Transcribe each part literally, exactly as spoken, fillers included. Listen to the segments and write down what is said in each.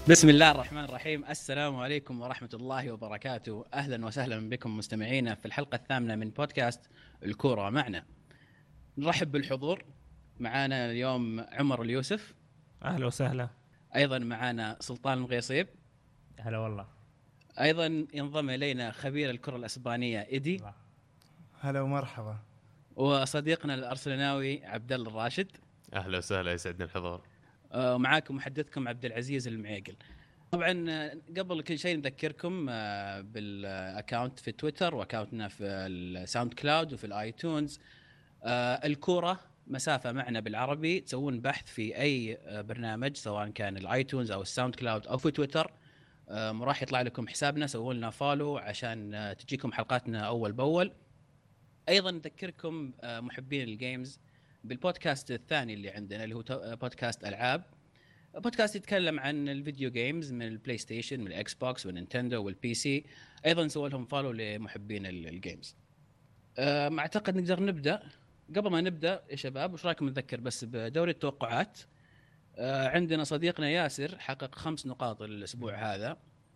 بسم الله الرحمن الرحيم. السلام عليكم ورحمة الله وبركاته. أهلا وسهلا بكم مستمعينا في الحلقة الثامنة من بودكاست الكورة معنا. نرحب بالحضور. معنا اليوم عمر اليوسف. أهلا وسهلا. أيضا معنا سلطان الغيصيب. هلا والله. أيضا ينضم إلينا خبير الكرة الإسبانية إيدي. هلا ومرحبا. وصديقنا الأرسناوي عبد الله الراشد. أهلا وسهلا، يسعدنا الحضور. ومعاكم محدثكم عبد العزيز المعيقل. طبعا قبل كل شيء نذكركم بالاكاونت في تويتر واكاونتنا في الساوند كلاود وفي الايتونز. الكورة مسافة معنا بالعربي، تسوون بحث في اي برنامج سواء كان الايتونز او الساوند كلاود او في تويتر، راح يطلع لكم حسابنا، سووا لنا فولو عشان تجيكم حلقاتنا اول باول. ايضا نذكركم محبين الجيمز بالبودكاست الثاني اللي عندنا اللي هو بودكاست العاب، بودكاست يتكلم عن الفيديو جيمز من البلاي ستيشن من الاكس بوكس والنينتندو والبي سي. ايضا نسوي لهم فولو لمحبين الجيمز. أه اعتقد نقدر نبدا. قبل ما نبدا يا شباب، وش رايكم نذكر بس بدوري التوقعات؟ أه عندنا صديقنا ياسر حقق خمس نقاط الاسبوع هذا،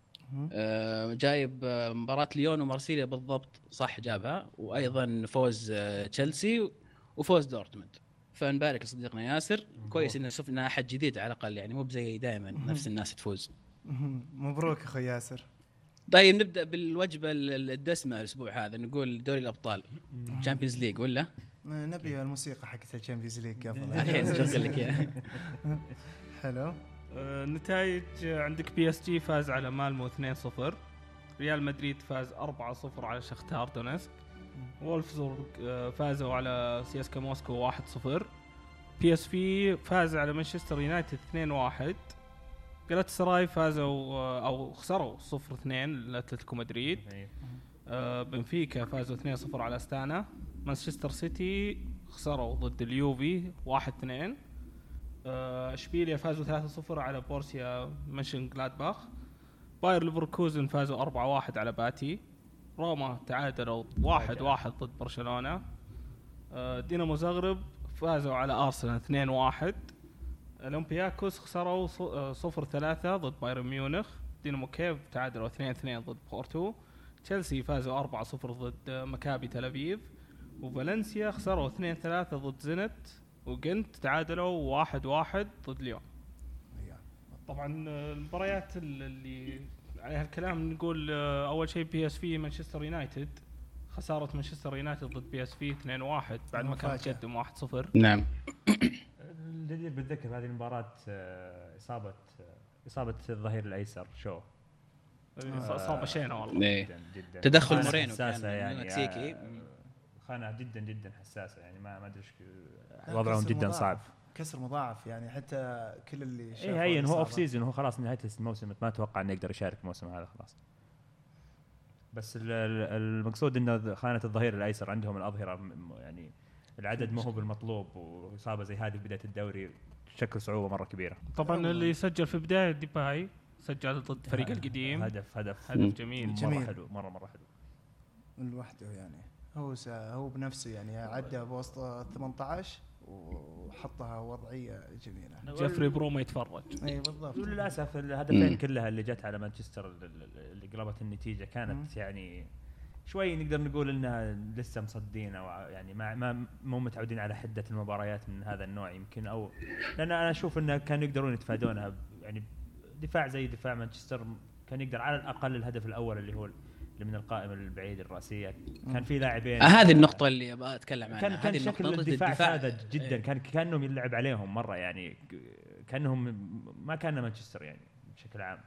أه جايب مباراه ليون ومارسيليا بالضبط صح جابها، وايضا فوز تشيلسي وفوز دورتموند. فنبارك لصديقنا ياسر. كويس إن شفنا أحد جديد على الأقل، يعني مو بزي دائما نفس الناس تفوز. مبروك أخوي ياسر. طيب نبدأ بالوجبة الدسمة الأسبوع هذا، نقول دوري الأبطال تشامبيونز ليج ولا؟ نبي الموسيقى حقت الشامبيونز ليج قبل. الحين نشغل لك إياها. حلو. النتائج عندك: بي اس جي فاز على مالمو اثنين صفر، ريال مدريد فاز أربعة صفر على شختار دونيسك، وولفسبورغ فازوا على سياسكا موسكو واحد صفر، بي اس في فاز على مانشستر يونايتد اثنين واحد، جلات سراي فازوا او خسروا صفر اثنين لاتلتيكو مدريد، آه بنفيكا فازوا اثنين صفر على استانا، مانشستر سيتي خسروا ضد اليوفي واحد اثنين، آه اشبيليا فازوا ثلاثة صفر على بورسيا مانشن جلادباخ، باير ليفركوزن فازوا أربعة واحد على باتي، روما تعادلوا واحد واحد ضد برشلونة، آه دينامو زغرب فازوا على أرسنال اثنين واحد، الأولمبياكوس خسروا صفر ثلاثة ضد بايرن ميونخ، دينامو كيف تعادلوا اثنين اثنين ضد بورتو، تشيلسي فازوا أربعة صفر ضد مكابي تل أبيب، وفالنسيا خسروا اثنين ثلاثة ضد زنت، وجنت تعادلوا واحد واحد ضد ليون. طبعا المباريات اللي عليها الكلام نقول أول شيء بي اس في مانشستر يونايتد، خسارة مانشستر يونايتد ضد بي اس في اثنين واحد بعد ما كان تقدم واحد صفر. نعم. الجدير بالذكر هذه المباراة إصابة إصابة الظهير الأيسر شو إصابة شينة والله. جدا جدا. تدخل مورينو حساسة يعني مكسيكي، خانة جدا جدا حساسة، يعني ما ما أدري وضعهم جدا صعب. كسر مضاعف يعني حتى كل اللي شافه. إيه هي هو أوف سيزون، هو خلاص نهاية الموسم، ما أتوقع إنه يقدر يشارك الموسم هذا خلاص. بس المقصود إنه خانة الظهير الأيسر عندهم الأظهرة يعني العدد ما هو بالمطلوب، وإصابة زي هذه في بداية الدوري تشكل صعوبة مرة كبيرة. طبعا اللي سجل في بداية ديباي سجل ضد فريق القديم، هدف هدف هدف جميل, جميل. مرة حلو مرة مرة حلو لوحده يعني. هو هو بنفسه يعني عدى بوسط ثمانية عشر وحطها وضعية جميلة. جيفري بروما يتفرج. اي بالضبط. للأسف الهدفين كلها اللي جت على مانشستر اللي قلبت النتيجة كانت مم. يعني شوي نقدر نقول انها لسه مصدين، او يعني ما ما مو متعودين على حده المباريات من هذا النوع يمكن، او لان انا اشوف انه كانوا يقدرون يتفادونها. يعني دفاع زي دفاع مانشستر كان يقدر على الاقل الهدف الاول اللي هو اللي من القائمه البعيد الراسيه كان في لاعبين. آه هذه النقطه اللي ابغى اتكلم عنها. كان كان شكل الدفاع ساذج جدا. ايه. كان كانهم يلعب عليهم مره، يعني كانهم ما كان مانشستر يعني بشكل عام.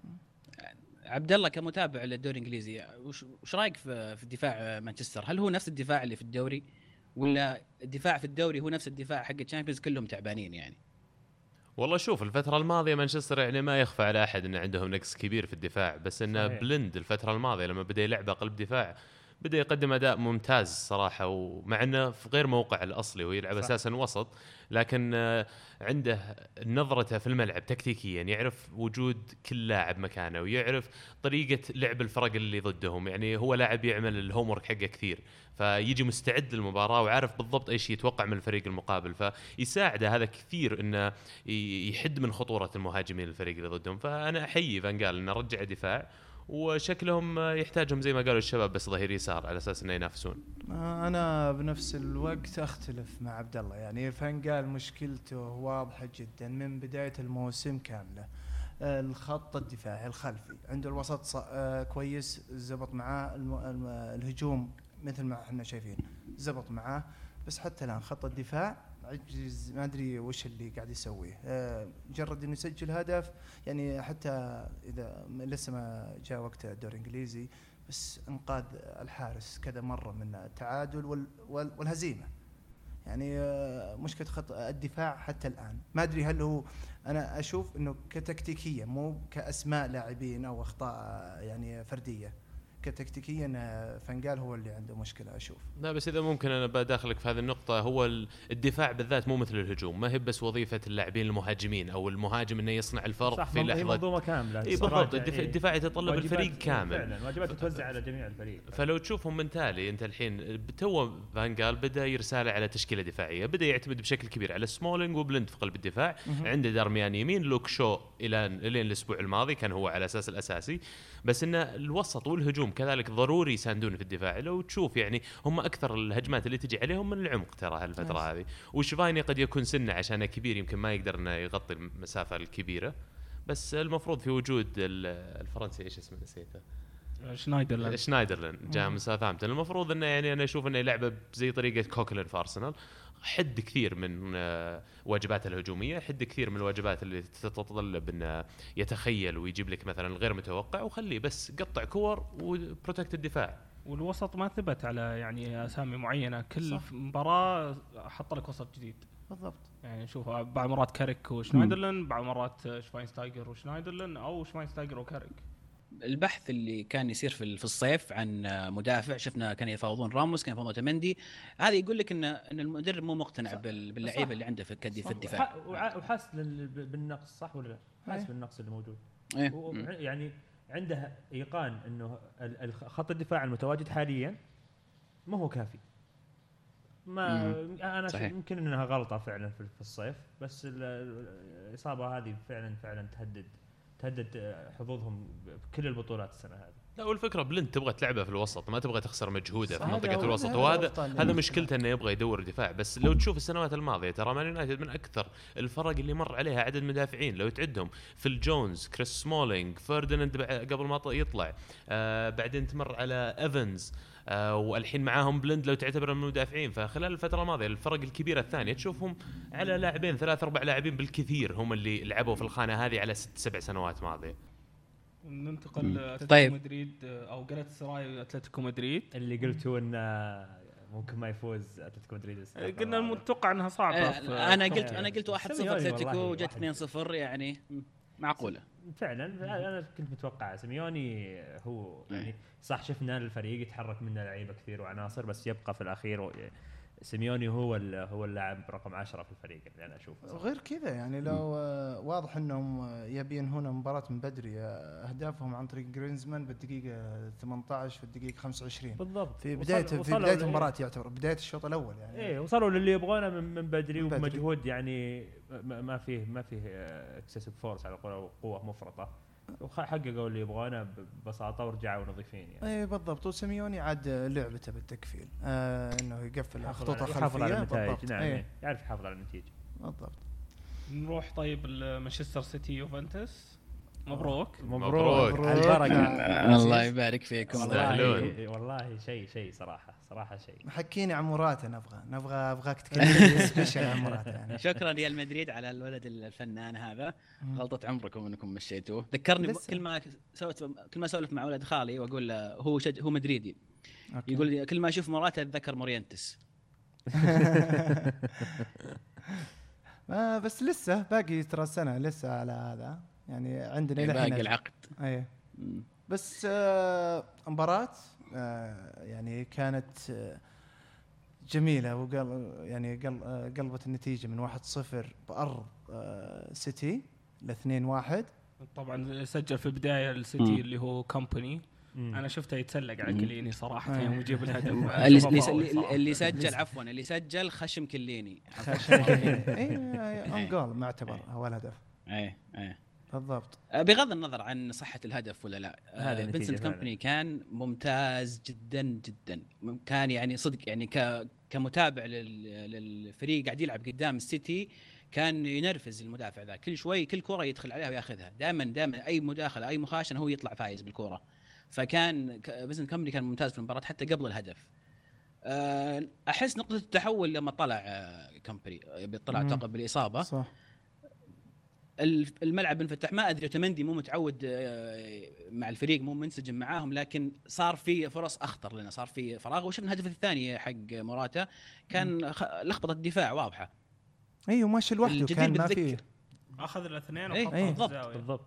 عبد الله كمتابع للدوري الانجليزي، وش وش رايك في في دفاع مانشستر؟ هل هو نفس الدفاع اللي في الدوري، ولا الدفاع في الدوري هو نفس الدفاع حق الشامبيونز كلهم تعبانين يعني؟ والله شوف، الفترة الماضية مانشستر يعني ما يخفى على أحد أن عندهم نقص كبير في الدفاع، بس إنه بلند الفترة الماضية لما بدأ يلعب قلب دفاع بدا يقدم اداء ممتاز صراحه، ومع انه في غير موقع الاصلي ويلعب اساسا وسط، لكن عنده نظرته في الملعب تكتيكيا، يعرف وجود كل لاعب مكانه ويعرف طريقه لعب الفرق اللي ضدهم. يعني هو لاعب يعمل الهوم ورك حقه كثير، فيجي مستعد للمباراه وعارف بالضبط ايش يتوقع من الفريق المقابل، فيساعده هذا كثير انه يحد من خطوره المهاجمين الفريق اللي ضدهم. فانا احيي فان جال انه رجع دفاع، وشكلهم يحتاجهم زي ما قالوا الشباب بس ظهير يسار على اساس انه ينافسون. انا بنفس الوقت اختلف مع عبد الله. يعني فانقال مشكلته واضحه جدا من بدايه الموسم كامله. الخط الدفاعي الخلفي عنده الوسط كويس زبط معاه، الهجوم مثل ما احنا شايفين زبط معاه، بس حتى الان خط الدفاع عجز، ما ادري وش اللي قاعد يسويه. مجرد انه يسجل هدف، يعني حتى اذا لسه ما جاء وقت الدوري الانجليزي، بس انقاذ الحارس كذا مره من التعادل والهزيمه. يعني مشكله خط الدفاع حتى الان ما ادري هل هو، انا اشوف انه كتكتيكيه مو كاسماء لاعبين او اخطاء يعني فرديه، كتكتيكيا فانقال هو اللي عنده مشكله اشوف. لا بس اذا ممكن انا بداخلك في هذه النقطه، هو الدفاع بالذات مو مثل الهجوم، ما هي بس وظيفه اللاعبين المهاجمين او المهاجم انه يصنع الفرق في لحظه. منظومه كامله. اي بالضبط، الدفاع, الدفاع يتطلب الفريق كامل فعلا، واجبات توزع على جميع الفريق. فلو تشوفهم من تالي انت الحين تو فانقال بدا يرساله على تشكيله دفاعيه، بدا يعتمد بشكل كبير على سمولينج وبلند في قلب الدفاع. عنده دارميان يمين، لوك شو الى لين الاسبوع الماضي كان هو على اساس الاساسي، بس ان الوسط والهجوم كذلك ضروري يساندون في الدفاع. لو تشوف يعني هم اكثر الهجمات اللي تجي عليهم من العمق ترى هالفتره هذه، وشفايني قد يكون سنه عشان كبير يمكن ما يقدر انه يغطي المسافه الكبيره، بس المفروض في وجود الفرنسي ايش اسمه نسيته، شنايدرلين شنايدرلين جاء من ساوثهامبتون. المفروض انه يعني انا اشوف انه يلعب زي طريقه كوكلين في ارسنال، حد كثير من واجبات الهجوميه، حد كثير من الواجبات اللي تتطلب انه يتخيل ويجيب لك مثلا الغير متوقع، وخليه بس قطع كور وبروتكت الدفاع. والوسط ما ثبت على يعني اسامي معينه، كل مباراه حط لك وسط جديد. بالضبط، يعني شوف بعض مرات كاريك وشنايدرلين، بعض مرات شفاينستايجر وشنايدرلين، او شفاينستايجر وكاريك. البحث اللي كان يصير في في الصيف عن مدافع، شفنا كان يفاوضون راموس، كان يفاوضون تمندي، هذا يقول لك ان ان المدرب مو مقتنع باللعيبه اللي عنده في الكدي في الدفاع، وحاس بالنقص صح ولا لا؟ حاس بالنقص اللي موجود. ايه. يعني عنده ايقان انه خط الدفاع المتواجد حاليا ما هو كافي. ما مم. انا يمكن انها غلطه فعلا في الصيف، بس الاصابه هذه فعلا فعلا تهدد تهدد حظوظهم بكل البطولات السنه هذه. لا والفكره بلنت تبغى تلعبه في الوسط، ما تبغى تخسر مجهوده في منطقه الوسط، وهذا هذا مشكلته انه يبغى يدور دفاع. بس لو تشوف السنوات الماضيه ترى مان يونايتد من اكثر الفرق اللي مر عليها عدد مدافعين، لو تعدهم في الجونز، كريس سمولينج، فرديناند قبل ما يطلع، آه بعدين تمر على ايفنز، آه والحين معاهم بلند لو تعتبر من المدافعين. فخلال الفتره الماضيه الفرق الكبيره الثانيه تشوفهم على لاعبين ثلاث اربع لاعبين بالكثير هم اللي لعبوا في الخانه هذه على ست سبع سنوات ماضيه. ننتقل اتلتيكو طيب. مدريد او جالت سراي اتلتيكو مدريد اللي قلتوا ان ممكن ما يفوز اتلتيكو مدريد. قلنا المتوقع انها صعبه. اه انا قلت انا قلت واحد صفر اتلتيكو وجت اثنين صفر، يعني معقوله فعلا. انا كنت متوقع سيميوني هو يعني صح، شفنا الفريق يتحرك منه لعيبه كثير وعناصر، بس يبقى في الاخير سيميوني هو هو اللاعب رقم عشرة في الفريق اللي انا اشوفه. غير كذا يعني لو واضح انهم يبين هنا مباراه من بدري، اهدافهم عن طريق جرينزمان بالدقيقه ثمانية عشر في الدقيقه خمسة وعشرين بالضبط، في بدايه وصل في بدايه المباراه، يعتبر بدايه الشوط الاول يعني. ايه وصلوا للي يبغونه من, من بدري ومجهود، يعني ما فيه ما فيه اكسسيف فورس على قوه مفرطه، وحققوا اللي يبغونه ببساطه ورجعوا نظيفين يعني. اي بالضبط. وسيميوني عاد لعبته بالتكفيل، آه انه يقفل خطوط الخلفيه، يحافظ على النتائج. نعم ايه. يعرف يحافظ على النتيجه بالضبط. نروح طيب مانشستر سيتي يوفنتوس. مبروك مبروك على البركه. الله يبارك فيكم. والله والله شيء شيء صراحه صراحه شيء. حكيني عن مراته، نبغى نبغى ابغاك تكلمني سبيشال عن مراته يعني. شكرا ريال مدريد على الولد الفنان هذا، غلطة عمركم انكم مشيتوه. ذكرني كل ما سويت كل ما اسولف مع ولد خالي واقول له هو شج... هو مدريدي، أوكي. يقول كل ما اشوف مراته اتذكر مورينتس. ما بس لسه باقي ترى سنه لسه على هذا يعني، عندنا باقي العقد. اي بس آه مباراة آه يعني كانت آه جميلة، وقل يعني قل آه قلبت النتيجة من واحد صفر بأرض آه سيتي لاثنين واحد. طبعا سجل في البداية السيتي مم. اللي هو كومباني. انا شفته يتسلق على مم. كليني صراحه آه. يوم يجيب الهدف. اللي, أشوفه اللي, فاول اللي, صراحة. اللي سجل عفوا اللي سجل خشم كليني. اي اون جول ما اعتبر هو الهدف. ايه ايه بالضبط. بغض النظر عن صحة الهدف ولا لا، هذه النتيجة فينسنت فعلاً. كومباني كان ممتاز جدا جدا. كان يعني صدق يعني ك كمتابع لل- للفريق قاعد يلعب قدام السيتي كان ينرفز المدافع ذا، كل شوي كل كرة يدخل عليها وياخذها، دائما دائما اي مداخلة اي مخاشنة هو يطلع فايز بالكرة. فكان فينسنت كومباني كان ممتاز في المباراة حتى قبل الهدف. احس نقطة التحول لما طلع كومباني بيطلع مم. تعقب بالإصابة، صح. الملعب انفتح. ما ادري اوتمندي مو متعود مع الفريق، مو منسجم معاهم، لكن صار في فرص اخطر لنا، صار في فراغ. وشفنا الهدف الثاني حق موراتا كان لخبطه الدفاع واضحه. ايوه ماشي لوحده الجدير كان ما بالذكر. فيه. اخذ الاثنين إيه، وحطهم في بالضبط، الزاويه. بالضبط.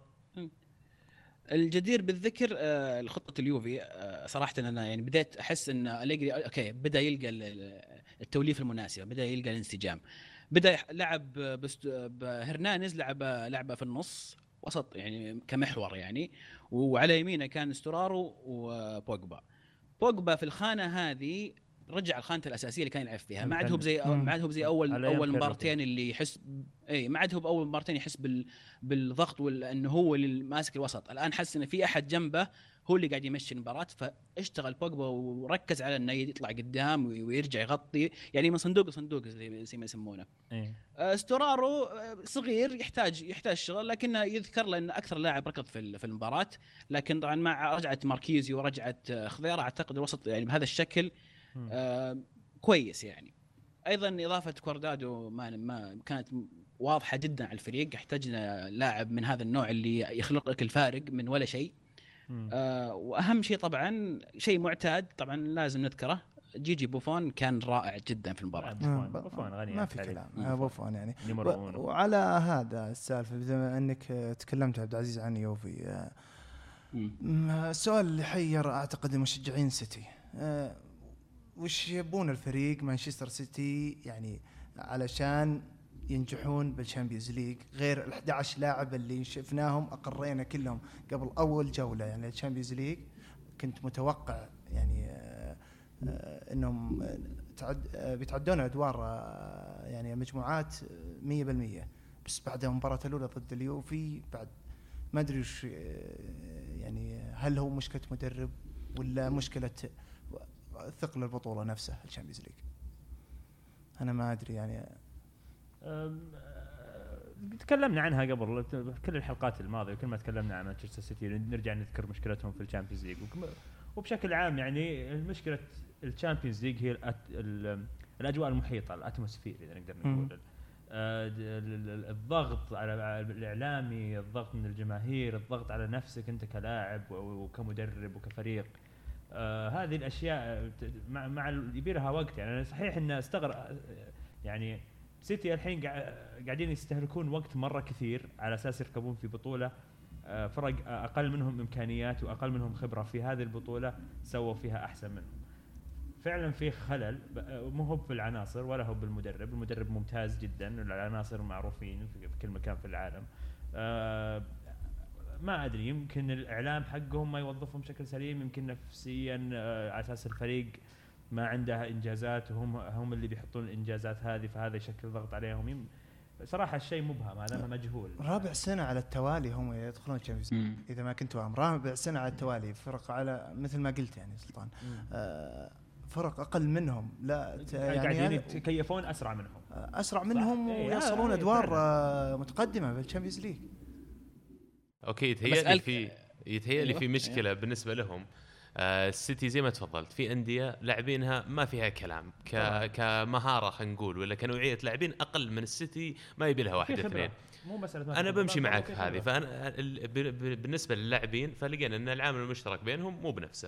الجدير بالذكر آه، الخطه اليوفي آه، صراحه انا يعني بديت احس ان أليجري اوكي بدا يلقى التوليف المناسبه، بدا يلقى الانسجام، بدا لعب بست... بهرنانيز لعب لعبه في النص وسط يعني كمحور يعني، وعلى يمينه كان ستورارو وبوجبا. بوجبا في الخانه هذه رجع الخانه الاساسيه اللي كان يلعب فيها، ما عاد هو زي ما عاد هو زي اول على أيام اول كيرلو مبارتين اللي يحس اي ما عاد هو باول مبارتين يحس بال بالضغط وانه هو اللي ماسك الوسط. الان حس ان في احد جنبه هو اللي قاعد يمشي المباراه، فاشتغل بوجبا وركز على انه يطلع قدام ويرجع يغطي يعني من صندوق لصندوق زي ما يسمونه. إيه. استورارو صغير يحتاج يحتاج شغل، لكنه يذكر له انه اكثر لاعب ركض في في المباراه. لكن طبعا مع رجعه ماركيزي ورجعه خضيره اعتقد الوسط يعني بهذا الشكل آه كويس يعني. ايضا اضافه كوردادو ما ما كانت واضحه جدا على الفريق. احتاجنا لاعب من هذا النوع اللي يخلق لك الفارق من ولا شيء. آه واهم شيء طبعا شيء معتاد طبعا لازم نذكره، جيجي بوفون كان رائع جدا في المباراه. بوفون بوفون غني ما في كلام بوفون يعني. وعلى هذا السالفه بما انك تكلمت عبد العزيز عن يوفي، السؤال اللي حير اعتقد مشجعين سيتي، أه وش يبون الفريق مانشستر سيتي يعني علشان ينجحون بالشامبيونز ليج غير ال أحد عشر لاعب اللي شفناهم اقرينا كلهم قبل اول جوله يعني الشامبيونز ليج؟ كنت متوقع يعني آه آه انهم تعد آه بيتعدون ادوار آه يعني المجموعات مية بالمية، بس بعد المباراه الاولى ضد اليوفي بعد ما ادري وش يعني هل هو مشكله مدرب ولا مشكله ثقل البطوله نفسها الشامبيونز ليج؟ انا ما ادري يعني. تكلمنا عنها قبل كل الحلقات الماضيه، وكل ما تكلمنا عن مانشستر سيتي نرجع نذكر مشكلتهم في الشامبيونز ليج. وبشكل عام يعني مشكله الشامبيونز ليج هي الاجواء المحيطه، الاتموسفير اذا نقدر نقول. الضغط على الاعلامي، الضغط من الجماهير، الضغط على نفسك انت كلاعب وكمدرب وكفريق. آه هذه الاشياء مع مع يبي لها وقت يعني. صحيح ان استغرب يعني سيتي الحين قاعدين يستهلكون وقت مره كثير على اساس يركبون في بطوله آه فرق اقل منهم امكانيات واقل منهم خبره في هذه البطوله سووا فيها احسن منهم. فعلا في خلل، مو هو في العناصر ولا هو بالمدرب. المدرب ممتاز جدا والعناصر معروفين في كل مكان في العالم. آه ما ادري يمكن الاعلام حقهم ما يوظفهم بشكل سليم، يمكن نفسيا على اساس الفريق ما عنده انجازات وهم هم اللي بيحطون الانجازات هذه، فهذا يشكل ضغط عليهم. صراحه الشيء مبهم، هذا مجهول. رابع سنه على التوالي هم يدخلون الشامبيونز ليج اذا ما كنت فاهم. رابع سنه على التوالي فرق على مثل ما قلت يعني سلطان آه فرق اقل منهم لا يعني قاعدين يتكيفون اسرع منهم اسرع منهم ويصلون ادوار متقدمه بالشامبيونز ليج. اوكي يتهيألي في يتهيألي في مشكله بالنسبه لهم. آه السيتي زي ما تفضلت في انديه لاعبينها ما فيها كلام ك كمهاره خلينا نقول ولا كنوعيه لاعبين اقل من السيتي ما يبي لها واحد اثنين. مو مساله انا بمشي معك في هذه. فانا بالنسبه للاعبين فلقينا ان العامل المشترك بينهم مو بنفسه.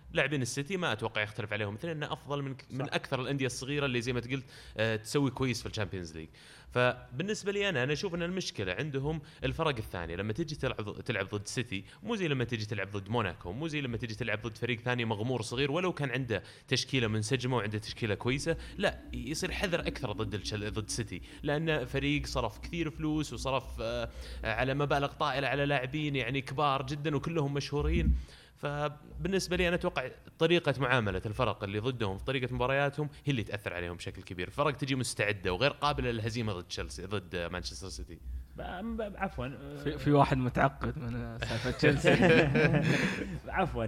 لاعبين السيتي ما اتوقع يختلف عليهم اثنين، انه افضل من من اكثر الانديه الصغيره اللي زي ما تقلت آه تسوي كويس في الشامبيونز ليج. فبالنسبه لي انا انا اشوف ان المشكله عندهم الفرق الثانيه، لما تجي تلعب تلعب ضد سيتي مو زي لما تجي تلعب ضد موناكو، مو زي لما تجي تلعب ضد فريق ثاني مغمور صغير ولو كان عنده تشكيله منسجمه وعنده تشكيله كويسه، لا يصير حذر اكثر ضد الشل... ضد سيتي، لان فريق صرف كثير فلوس وصرف آه على مبالغ طائله على لاعبين يعني كبار جدا وكلهم مشهورين. فبالنسبه لي انا اتوقع طريقه معامله الفرق اللي ضدهم في طريقه مبارياتهم هي اللي تاثر عليهم بشكل كبير. الفرق تجي مستعده وغير قابله للهزيمه ضد تشيلسي ضد مانشستر سيتي. عفوا في, في واحد متعقد من سالفه تشيلسي. عفوا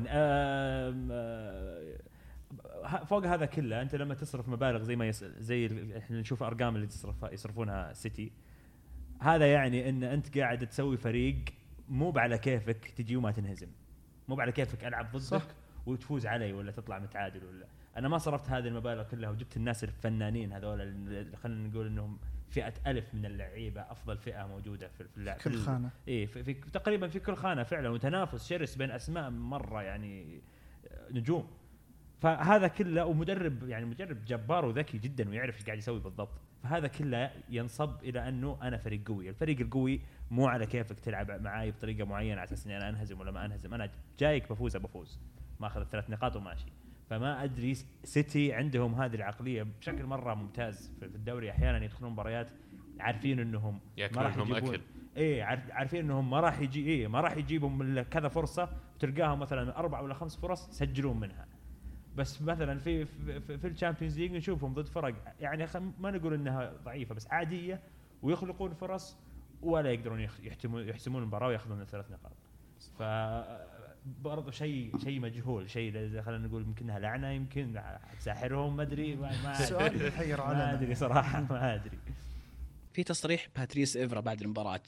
فوق هذا كله انت لما تصرف مبالغ زي ما يس... زي احنا نشوف ارقام اللي تصرف يصرفونها سيتي، هذا يعني ان انت قاعد تسوي فريق مو على كيفك تجي وما تنهزم، مو على كيفك العب ضدك صح. وتفوز علي ولا تطلع متعادل. ولا انا ما صرفت هذه المبالغ كلها وجبت الناس الفنانين هذول اللي خلينا نقول انهم فئه ألف من اللعيبه، افضل فئه موجوده في اللعب كل خانه اي في, في تقريبا في كل خانه فعلا، وتنافس شرس بين اسماء مره يعني نجوم. فهذا كله ومدرب يعني مدرب جبار وذكي جدا ويعرف ايش قاعد يسوي بالضبط. فهذا كله ينصب الى انه انا فريق قوي. الفريق القوي مو على كيفك تلعب معاي بطريقه معينه على اساس اني انا انهزم ولا ما انهزم، انا جايك بفوز بفوز، ما اخذ الثلاث نقاط وماشي. فما ادري سيتي عندهم هذه العقليه بشكل مره ممتاز في الدوري، احيانا يدخلون مباريات عارفين انهم ما راح يجيبون ايه عارفين انهم ما راح يجي ايه ما راح يجيبهم كذا فرصه، وتلقاهم مثلا اربع ولا خمس فرص يسجلون منها. بس مثلا في في, في الشامبيونز ليج نشوفهم ضد فرق يعني ما نقول انها ضعيفه بس عاديه، ويخلقون فرص ولا يقدرون يحتمون يحسمون المباراه وياخذون الثلاث نقاط. ف برضه شيء شيء مجهول، شيء خلينا نقول يمكنها لعنه، يمكن ساحرهم ما ادري ما سؤال يحير على ما ادري صراحه ما ادري. في تصريح باتريس إفرا بعد المباراة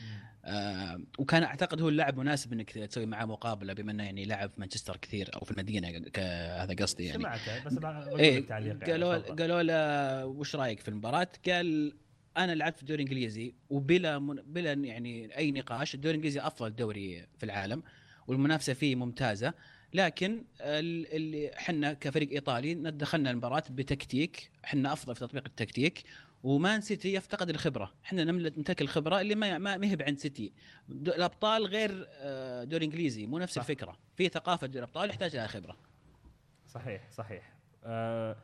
آه وكان اعتقد هو اللاعب مناسب انك تسوي معاه مقابله بما انه يعني لعب في مانشستر كثير او في المدينه هذا قصدي يعني. سمعته بس بقول إيه قالوا قالوا له وش رايك في المباراه؟ قال انا لعبت في الدوري الانجليزي وبلا من بلا يعني اي نقاش الدوري الانجليزي افضل دوري في العالم والمنافسه فيه ممتازه، لكن اللي احنا كفريق ايطالي دخلنا المباراه بتكتيك، احنا افضل في تطبيق التكتيك، ومان سيتي يفتقد الخبره، احنا نمتلك الخبره اللي ما ما هي عند سيتي. الابطال غير دوري انجليزي مو نفس صح. الفكره في ثقافه دوري الابطال يحتاج لها خبره. صحيح صحيح. أه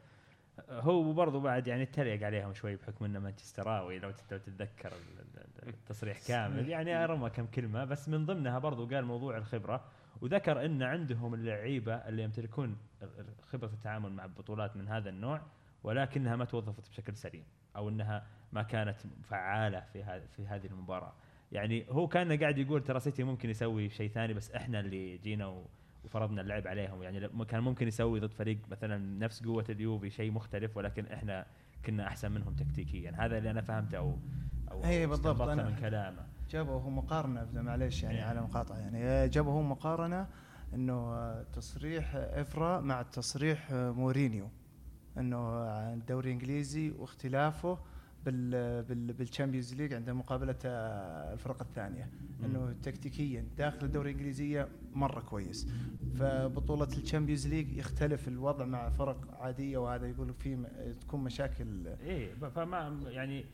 هو برضو بعد يعني تريق عليهم شوي بحكم انه مانشستراوي، لو تتذكر التصريح كامل يعني رمى كم كلمه بس من ضمنها برضو قال موضوع الخبره، وذكر ان عندهم اللعيبه اللي يمتلكون خبره التعامل مع بطولات من هذا النوع ولكنها ما توظفت بشكل سليم او انها ما كانت فعاله في هذه في هذه المباراه. يعني هو كان قاعد يقول ترى سيتي ممكن يسوي شيء ثاني بس احنا اللي جينا وفرضنا اللعب عليهم، يعني كان ممكن يسوي ضد فريق مثلا نفس قوه اليوفي شيء مختلف ولكن احنا كنا احسن منهم تكتيكيا. هذا اللي انا فهمته او او اي بالضبط أنا من كلامه. جابوا هو مقارنه معليش يعني على مقاطعه يعني جابوا هو مقارنه انه تصريح إفرا مع تصريح مورينيو انه الدوري الانجليزي واختلافه بال بال بالشامبيونز ليج عند مقابله الفرق الثانيه، انه تكتيكيا داخل الدوري الانجليزيه مره كويس، فبطوله الشامبيونز ليج يختلف الوضع مع فرق عاديه، وهذا يقول فيه تكون مشاكل. ايه فما يعني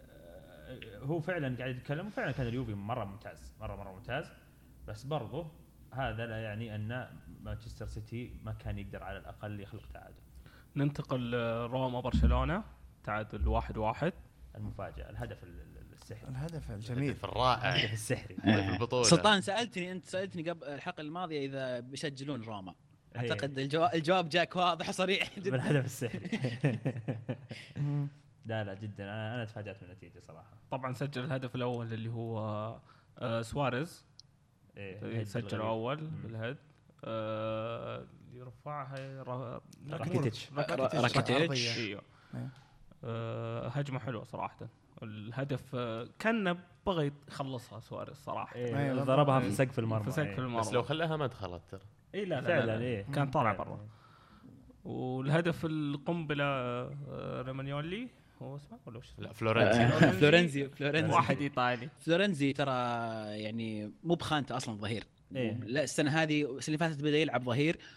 هو فعلا قاعد يتكلم فعلا كان اليوفي مره ممتاز مره مره ممتاز، بس برضه هذا لا يعني ان مانشستر سيتي ما كان يقدر على الاقل يخلق تعادل. ننتقل روما برشلونه تعادل واحد واحد. المفاجأة الهدف السحري الهدف الجميل الهدف الرائع الهدف السحري في البطولة. سلطان سألتني أنت سألتني قبل الحلقة الماضية إذا بيسجلون روما، أعتقد الجواب الجواب جاك واضح صريح جدا بالهدف السحري. لا لا جدا أنا أنا تفاجأت من النتيجة صراحة. طبعا سجل الهدف الأول اللي هو آه سواريز إيه سجل أول بالهد آه يرفعها را... راكيتيتش راكيتيتش ايوه أه هجمه حلوه صراحه. الهدف أه كان بغى يخلصها سواريز صراحه إيه ضربها في سقف المرمى في سقف المرمى بس لو خلاها ما دخلت ترى اي لا فعلا إيه كان طالع برا. والهدف القنبله أه ريمانيولي هو اسمه ولا وش؟ لا فلورنزي فلورنزي فلورنزي واحد ايطالي. فلورنزي ترى يعني مو بخانته اصلا ظهير إيه؟ لا السنه هذه السنه اللي فاتت بدا يلعب ظهير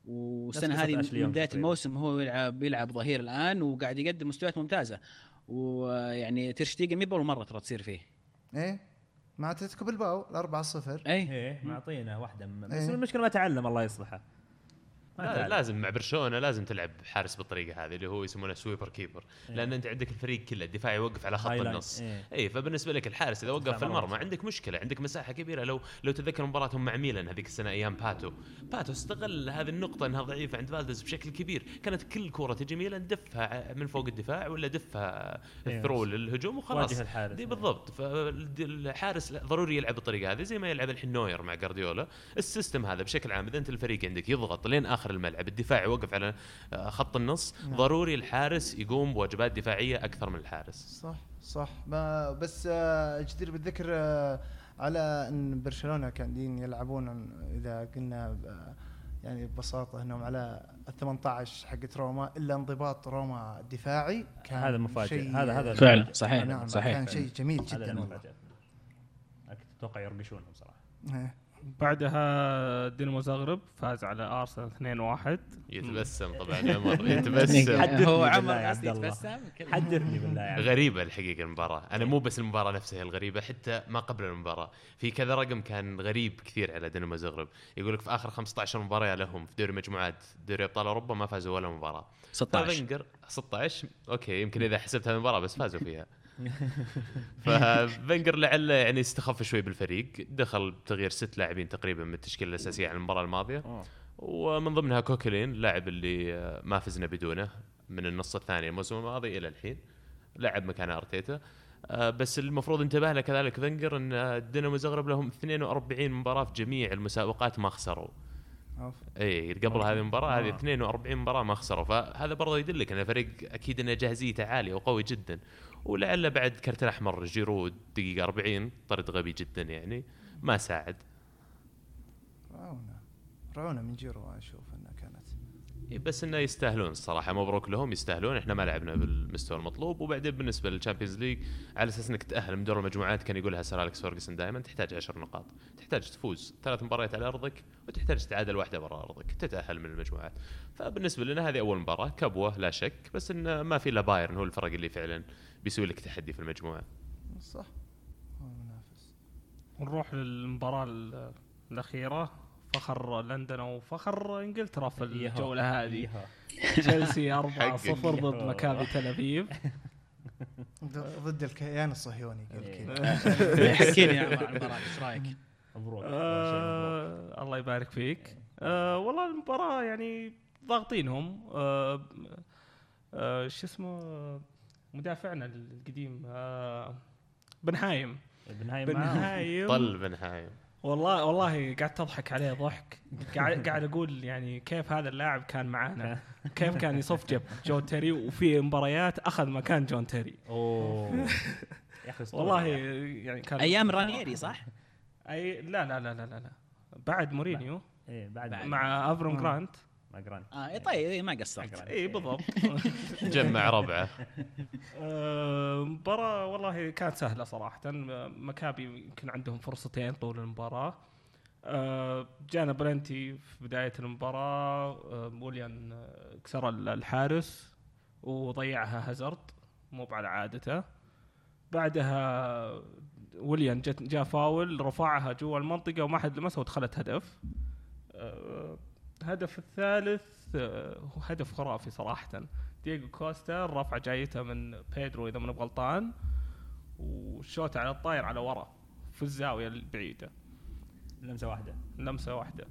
والسنه نفس هذه قصة أشلي من بدايه تقريباً. الموسم هو يلعب بيلعب ظهير الان وقاعد يقدم مستويات ممتازه. ويعني تيرشتيجن مي اول مره ترى تصير فيه. ايه مع اتلتيكو بالباو الأربعة صفر. اي ايه معطينا واحده من... بس إيه. المشكله ما تعلم الله يصلحه. ما لا تعلم. لازم مع برشلونه لازم تلعب حارس بالطريقه هذه اللي هو يسمونه سويبر كيبر، لان انت عندك الفريق كله الدفاع يوقف على خط هايلاين. النص. إيه. اي فبالنسبه لك الحارس اذا وقف في مرة المرمى صح. عندك مشكله، عندك مساحه كبيره. لو لو تذكر مباراتهم مع ميلان هذيك السنه ايام باتو باتو استغل هذه النقطه انها ضعيفه عند فالديز بشكل كبير. كانت كل كره تجي ميلان دفها من فوق الدفاع ولا دفها إيه. الثرو للهجوم وخلاص. واجه الحارس. دي بالضبط. فالحارس ضروري يلعب بالطريقه هذه زي ما يلعب الحين نوير مع جارديولا. السيستم هذا بشكل عام اذا انت الفريق عندك يضغط لين اخر الملعب، الدفاع يوقف على خط النص، نعم. ضروري الحارس يقوم بواجبات دفاعيه اكثر من الحارس. صح صح. ما بس آه، جدير بالذكر آه، على ان برشلونه كانوا يلعبون اذا قلنا ب- يعني ببساطه انهم على ال ثمانية عشر حقت روما، الا انضباط روما الدفاعي كان هذا مفاجئ. شيء- هذا هذا فعلا صحيح نعم صحيح كان شيء جميل هذا جدا والله. المفاجأة. اتوقع يرقشونهم صراحه. إيه. بعدها دينامو زغرب فاز على ارسنال اثنين واحد. يتبسم طبعا عمر يتبسم. حدثني هو بالله عمر يا قصدي عبد الله. يتبسم كذا. حدثني بالله يعني. غريبة الحقيقة المباراة، أنا مو بس المباراة نفسها الغريبة، حتى ما قبل المباراة في كذا رقم كان غريب كثير على دينامو زغرب. يقول لك في آخر خمسة عشر مباراة لهم في دوري مجموعات دوري أبطال أوروبا ما فازوا ولا مباراة. ستة عشر ففنجر ستة عشر أوكي يمكن إذا حسبت هذه المباراة بس فازوا فيها. ففنجر لعله يعني استخف شوي بالفريق، دخل بتغيير ست لاعبين تقريبا من التشكيلة الأساسية على المباراة الماضية، ومن ضمنها كوكلين لاعب اللي ما فزنا بدونه من النص الثاني الموسم الماضي إلى الحين، لعب مكان أرتيتا. بس المفروض انتبه له كذلك فنجر ان الدينامو زغرب لهم اثنين وأربعين مباراة في جميع المسابقات ما خسروا. اي قبل هذه المباراة هذه اثنين وأربعين مباراة ما خسروا، فهذا برضه يدلك ان الفريق اكيد انه جاهزيته عالية وقوي جدا. ولعل بعد كرت الاحمر جيرود دقيقة أربعين طرد غبي جدا يعني ما ساعد. رعونة رعونة من جيرو اشوف انها كانت. بس انه يستاهلون الصراحه، مبروك لهم يستاهلون. احنا ما لعبنا بالمستوى المطلوب. وبعدين بالنسبه للشامبيونز ليج على اساس انك تتاهل من دور المجموعات كان يقولها سير أليكس فيرغسون دائما تحتاج عشر نقاط، تحتاج تفوز ثلاث مباريات على ارضك وتحتاج تتعادل واحده برا ارضك تتاهل من المجموعات. فبالنسبه لنا هذه اول مباراه كبوه لا شك، بس انه ما في الا بايرن هو الفرق اللي فعلا بيسوي لك تحدي في المجموعه. صح هو منافس. نروح للمباراة ال- الأخيرة، فخر لندن وفخر إنجلترا في الجولة هذه. تشيلسي أربعة صفر ضد مكابي تل أبيب. ضد الكيان الصهيوني قال إيه. حكيني يا عمر عن المباراة ايش رايك؟ مبروك. آه الله يبارك فيك. آه والله المباراة يعني ضاغطينهم. آه آه شو اسمه مدافعنا القديم آه بنهايم بنهايم بنهايم طل بنهايم والله والله قعدت اضحك عليه ضحك. قاعد قاعد اقول يعني كيف هذا اللاعب كان معانا، كيف كان يصف جنب جون تيري وفي مباريات اخذ مكان جون تيري. اوه يا اخي والله يعني كان ايام رانييري صح؟ اي لا لا لا لا لا, لا. بعد مورينيو ايه بعد مع افرون جرانت. مع جرانت. اه إيه طيب إيه ما قصرت. اي بالضبط. جمع ربعه. آه، مباراة والله كانت سهلة صراحة. مكابي يمكن عندهم فرصتين طول المباراة. آه، جانا بلنتي في بداية المباراة. آه، موليان آه، كسر الحارس وضيعها هازارد مو على عادته. بعدها ويليان جت جاء فاول رفعها جوا المنطقة وما حد لمسها ودخلت هدف. آه، هدف الثالث آه، هو هدف خرافي صراحة. دييغو كوستا الرفعة جايته من بيدرو إذا من غلطان، والشوت على الطاير على ورا في الزاوية البعيدة، لمسة واحدة لمسة واحدة.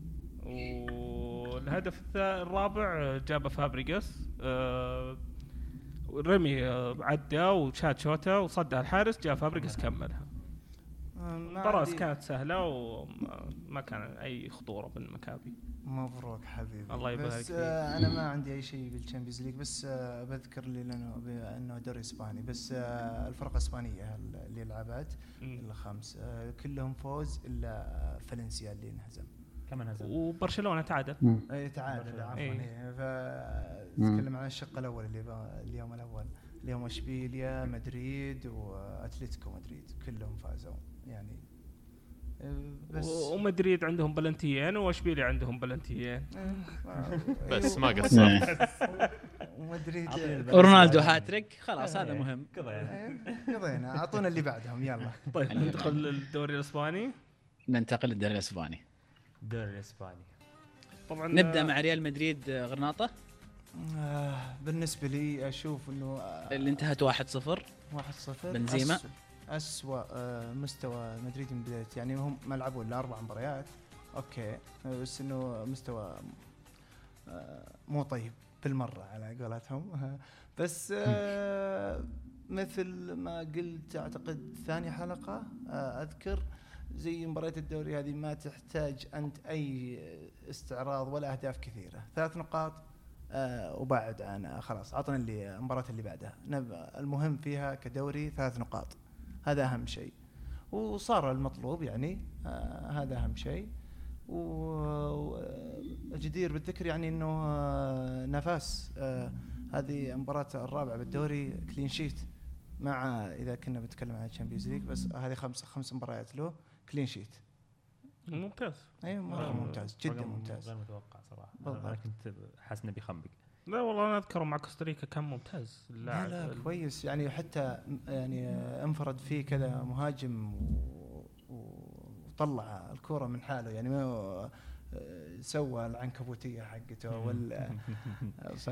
والهدف الرابع جابه فابريغاس. آه، رمي آه، عدى وشات شوته وصدها الحارس، جاء فابريغاس كملها. المباراة كانت سهلة وما كان أي خطورة بالمكابي. مبروك حبيبي. الله يبارك بس فيك. آه انا ما عندي اي شيء بالتشامبيونز ليج، بس آه بذكر لي لانه انه دوري اسباني، بس آه الفرقه الاسبانيه اللي لعبت الخمس آه كلهم فوز الا فالنسيا اللي انهزم. كم انهزم؟ وبرشلونة تعادل. اي تعادل عفوا. إيه. فنتكلم عن الشق الاول اللي اليوم الاول اليوم اشبيليا مدريد واتلتيكو مدريد كلهم فازوا يعني بس ومدريد عندهم بلنتيين واشبيليا عندهم بلنتيين بس ما قصر. ومدريد ورونالدو هاتريك خلاص هذا مهم. قضينا اعطونا اللي بعدهم يلا. طيب ندخل للدوري الاسباني. ننتقل للدوري الاسباني. الدوري الاسباني طبعا نبدا مع ريال مدريد غرناطه. آه بالنسبه لي اشوف انه آه اللي انتهت واحد صفر. واحد صفر بنزيما. أسوأ آه مستوى مدريد من بداية، يعني هم ما لعبوا إلا أربع مباريات أوكي، بس إنه مستوى آه مو طيب بالمرة على قولتهم. بس آه مثل ما قلت أعتقد ثاني حلقة آه أذكر زي مباراة الدوري هذه ما تحتاج أنت أي استعراض ولا أهداف كثيرة، ثلاث نقاط آه وبعد أنا خلاص عطنا اللي المباراة اللي بعدها. المهم فيها كدوري ثلاث نقاط، هذا أهم شيء، وصار المطلوب يعني آه هذا أهم شيء. وجدير بالذكر يعني إنه آه نفاس آه هذه المباراة الرابعة بالدوري كلين شيت، مع إذا كنا بنتكلم عن الشامبيونز ليج بس هذه خمس خمس مباريات له كلين شيت. ممتاز. أيوة مرة ممتاز جدا ممتاز. غير متوقع صراحة. بالضبط. أنا كنت حاسس إنه بيخنبق. لا والله أنا أذكر مع كوستاريكا كان ممتاز. لا لا كويس يعني، حتى يعني انفرد فيه كذا مهاجم وطلع الكرة من حاله، يعني ما سوى العنكبوتية حقته ولا ف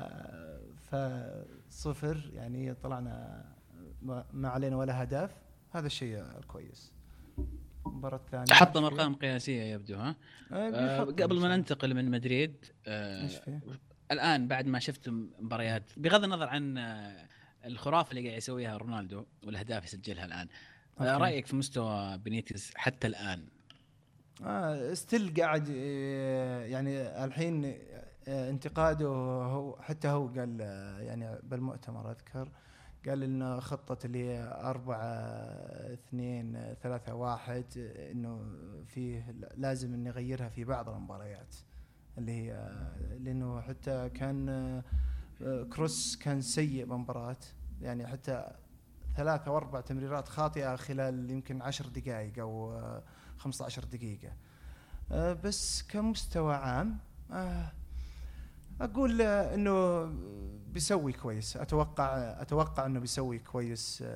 فصفر يعني طلعنا ما علينا ولا هدف، هذا الشيء الكويس. المباراة الثانية حطم أرقام قياسية يبدو ها. آه قبل ما ننتقل من مدريد آه الآن بعد ما شفت مباريات بغض النظر عن الخرافة اللي قاعد يسويها رونالدو والأهداف يسجلها الآن، أوكي. رأيك في مستوى بينيتز حتى الآن؟ آه ستيل قاعد يعني الحين انتقاده هو، حتى هو قال يعني بالمؤتمر أذكر قال إنه خطة اللي أربعة اثنين ثلاثة واحد إنه فيه لازم إنه يغيرها في بعض المباريات اللي هي، لأنه حتى كان كروس كان سيء بمباراة، يعني حتى ثلاثة وأربع تمريرات خاطئة خلال يمكن عشر دقائق أو خمسة عشر دقيقة. بس كمستوى عام أقول إنه بيسوي كويس، أتوقع أتوقع إنه بيسوي كويس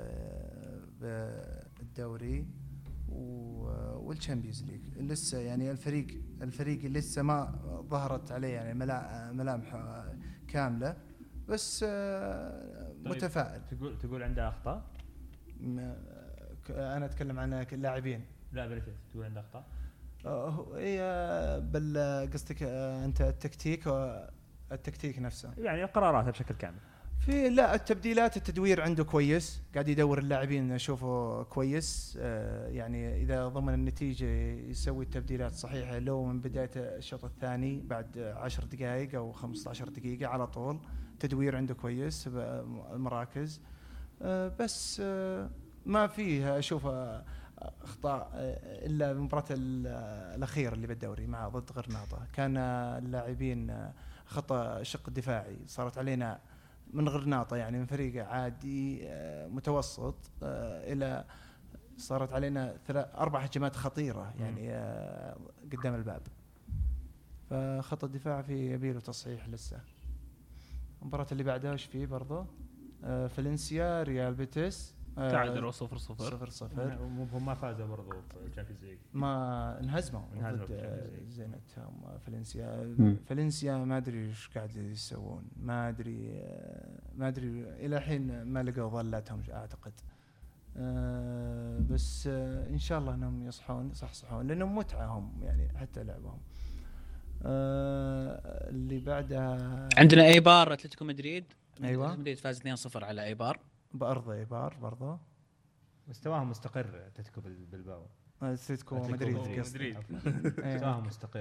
بالدوري والشامبيونز ليج. لسه يعني الفريق الفريق لسه ما ظهرت عليه يعني ملامح كاملة، بس متفائل. تقول تقول عنده أخطاء؟ أنا أتكلم عن اللاعبين. لا بلكي تقول عنده أخطاء؟ هي بال قصدك أنت التكتيك والتكتيك نفسه، يعني قراراته بشكل كامل. في لا التبديلات التدوير عنده كويس، قاعد يدور اللاعبين نشوفه كويس. آه يعني إذا ضمن النتيجة يسوي التبديلات صحيحة، لو من بداية الشوط الثاني بعد عشر دقائق أو خمسة عشر دقيقة على طول تدوير عنده كويس المراكز. آه بس آه ما فيه أشوف أخطاء إلا بمباراة الأخيرة اللي بالدوري مع ضد غرناطة، كان اللاعبين خطأ شق دفاعي صارت علينا من غرناطة، يعني من فريق عادي متوسط إلى صارت علينا ثلاث أربع هجمات خطيرة يعني قدام الباب، فخط الدفاع في يبيله تصحيح لسه. المباراة اللي بعدها وش فيه برضو فالنسيا ريال بيتيس تعادلوا صفر صفر صفر صفر هم ما فازوا برضو في الشامبيونز ليج، ما انهزموا ضد زينتهم فالنسيا. فالنسيا ما ادري ايش قاعد يسوون، ما ادري ما ادري الى الحين ما لقوا ظلاتهم اعتقد. أه بس أه ان شاء الله انهم يصحون يصحصحون لانهم متعه هم يعني حتى لعبهم. أه اللي بعدها عندنا ايبار اتلتيكو مدريد. ايوه مدريد فاز اثنين صفر على ايبار بأرض ايبار برضه. مستواهم مستقر اتلتيكو بالباو. اتلتيكو مدريد مدريد مستواهم مستقر،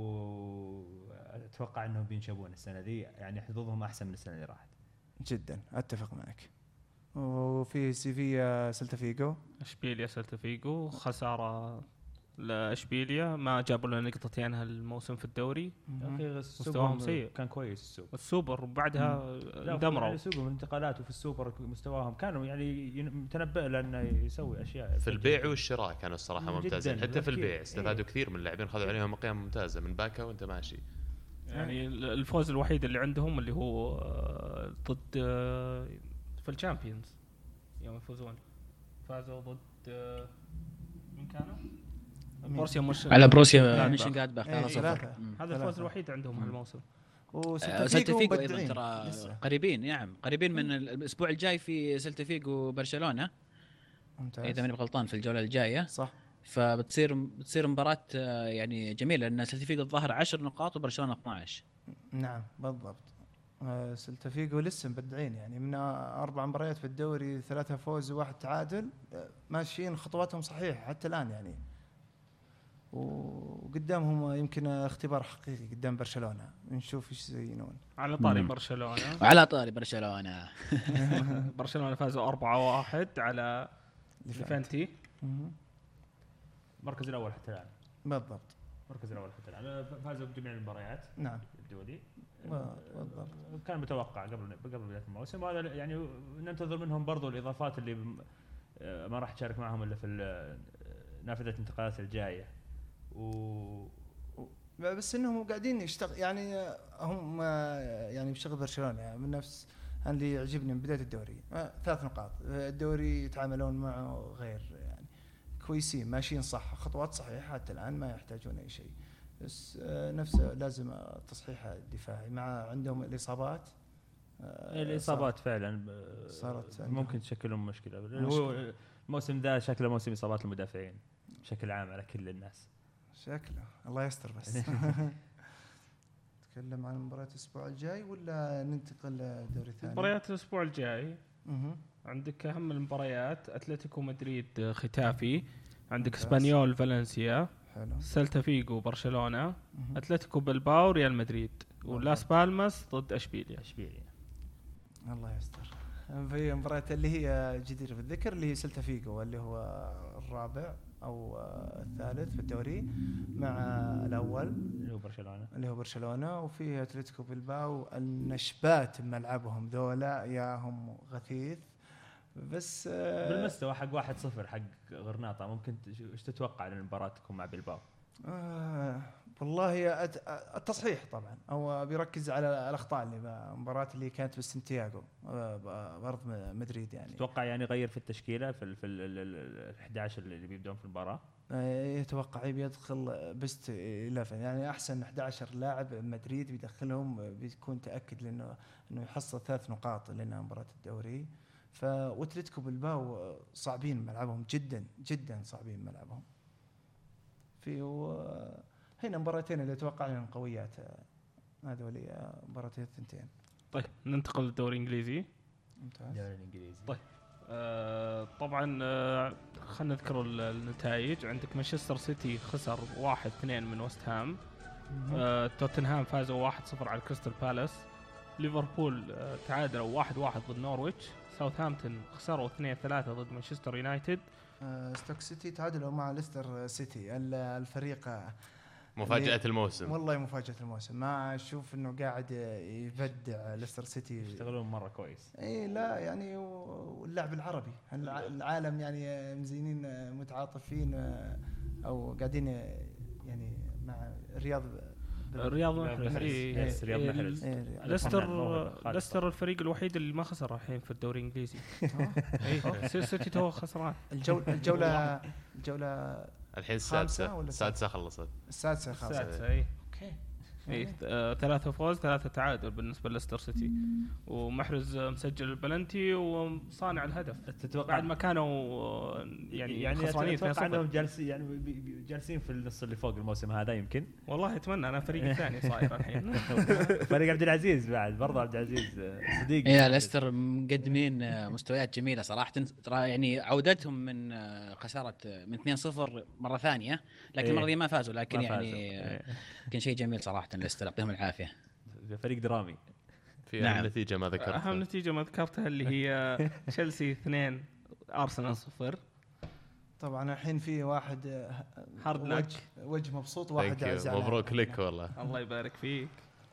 واتوقع انهم بينشبون السنه دي، يعني حظوظهم احسن من السنه اللي راحت. جدا اتفق معك. وفي سيفيا سلتا فيجو، اشبيليا سلتا فيجو خساره لاشبيليا، ما جابوا لنا نقطتين هالموسم في الدوري. اخي مستواهم سيء. كان كويس السوبر والسوبر وبعدها اندمروا سوقهم الانتقالات، وفي السوبر مستواهم كانوا يعني متنبئ لانه يسوي اشياء في البيع والشراء كانوا الصراحه ممتازين. حتى في البيع استفادوا إيه. كثير من اللاعبين، خذوا عليهم قيم ممتازه من باكا وانت ماشي. يعني الفوز الوحيد اللي عندهم اللي هو ضد في الشامبيونز يوم يفوزون، فازوا ضد من كانوا بروسيا مش على بروسيا مش قاعد باخ إيه ثلاثة. هذا الفوز الوحيد عندهم هالموسم. وسلتا فيجو ايضا ترى قريبين، نعم قريبين من الاسبوع الجاي في سلتا فيجو وبرشلونه اذا ماني غلطان في الجوله الجايه صح. فبتصير بتصير مباراه يعني جميله لان سلتا فيجو الظاهر عشر نقاط وبرشلونه اثناشر. نعم بالضبط. سلتا فيجو لسه مبدعين يعني من اربع مباريات في الدوري ثلاثه فوز وواحد تعادل، ماشيين خطواتهم صحيحه حتى الان يعني، وقدامهم يمكن اختبار حقيقي قدام برشلونه، نشوف ايش يزينون. على طاري برشلونه وعلى طاري برشلونه برشلونه فازوا أربعة واحد على ليفانتي، المركز الاول حتى الان. بالضبط المركز الاول حتى الان فازوا بجميع المباريات. نعم الدولي بالضبط. كان متوقع قبل قبل بدايه الموسم، وهذا يعني ننتظر منهم برضو الاضافات اللي ما راح تشارك معهم الا في نافذه الانتقالات الجايه. و بس انهم قاعدين يشتغل يعني هم يعني بشغل برشلونه يعني من نفس اللي يعجبني من بدايه الدوري. ثلاث نقاط الدوري يتعاملون معه غير يعني كويسين، ماشيين صح، خطوات صحيحه حتى الان ما يحتاجون اي شيء، بس نفسه لازم التصحيح الدفاعي مع عندهم الاصابات. الاصابات فعلا صارت ممكن تشكل لهم مشكله. هو الموسم ذا شكله موسم اصابات المدافعين بشكل عام على كل الناس شكله، الله يستر. بس نتكلم عن مباريات الاسبوع الجاي ولا ننتقل لدوري ثاني؟ مباريات الاسبوع الجاي اها عندك اهم المباريات اتلتيكو مدريد ختافي، عندك اسبانيول فالنسيا، حلو، سلتا فيجو برشلونه، اتلتيكو بلباو ريال مدريد، ولاس بالماس ضد اشبيليا. اشبيليا الله يستر. في مباريات اللي هي جديرة بالذكر اللي هي سلتا فيجو اللي هو الرابع او الثالث في الدوري مع الاول اللي هو برشلونه اللي هو برشلونه وفيه اتلتيكو بلباو. النشبات ملعبهم ذولا ياهم غثيث، بس بالمستوى حق واحد صفر حق غرناطه ممكن ايش تتوقع عن المباراه تكون مع بلباو؟ آه والله التصحيح طبعا، او بيركز على الاخطاء اللي المباراه اللي كانت في سانتياغو بارض مدريد يعني. تتوقع يعني يغير في التشكيله في في ال احد عشر اللي بيبدون في المباراه؟ يتوقع يدخل بست إحدى عشر يعني احسن احد عشر لاعب مدريد بيدخلهم، بيكون تاكد لانه انه يحصل ثلاث نقاط لانها مباراه الدوري. فاتلتيكو بلباو صعبين ملعبهم جدا جدا صعبين ملعبهم. في هنا مباراتين اللي اتوقع انهم قويات، هذول مباراتين الثنتين. طيب ننتقل للدوري الانجليزي. ممتاز. الدوري الانجليزي طيب آه طبعا آه خلينا نذكر النتائج. عندك مانشستر سيتي خسر واحد اثنين من وست هام، آه توتنهام فازوا واحد صفر على كريستال بالاس، ليفربول آه تعادلوا واحد واحد ضد نورويتش، ساوثهامبتون خسروا اثنين ثلاثة ضد مانشستر يونايتد، آه ستوك سيتي تعادلوا مع ليستر سيتي الفريق مفاجأة الموسم. والله مفاجأة الموسم، ما أشوف إنه قاعد يبدع ليستر سيتي، يشتغلون مرة كويس. إيه لا يعني واللعب العربي العالم يعني مزينين متعاطفين أو قاعدين يعني مع الرياض الرياض محرز. إيه رياض محرز. ليستر ليستر الفريق الوحيد اللي ما خسر الحين في الدوري الإنجليزي. إيه سيتي تو خسران. الجولة الجولة الجولة الحين السادسة السادسة خلصت السادسة خلصت السادسة اي اوكي اي آه، ثلاثة فوز ثلاثة تعادل بالنسبة لليستر سيتي، ومحرز مسجل البلنتي وصانع الهدف. تتوقع بعد ما كانوا يعني يعني خسرانين اتوقع انهم جالسين يعني جالسين في النص اللي فوق الموسم هذا يمكن. والله اتمنى انا فريق الثاني صاير الحين. فريق عبد العزيز بعد برضه عبد العزيز صديق. يا ليستر مقدمين مستويات جميله صراحه، ترى يعني عودتهم من خساره من اثنين صفر مره ثانيه، لكن المره دي ما فازوا، لكن ما فازوا. يعني كان شيء جميل صراحه ليستر، يعطيهم العافيه. فريق درامي. في نعم. أهم نتيجه ما ذكرتها اهم نتيجه ما ذكرتها اللي هي تشيلسي اثنين ارسنال صفر. طبعا الحين في واحد هارد وجه, لك. وجه مبسوط واحد Thank you. زعلان. مبروك لك والله. الله يبارك فيك.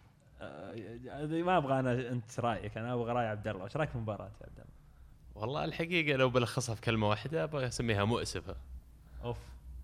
آه، ما ابغى انا انت رايك، انا ابغى راي عبد الله. ايش رايك في المباراه يا عبد الله؟ والله الحقيقه لو بلخصها في كلمه واحده ابغى اسميها مؤسفه. اوف.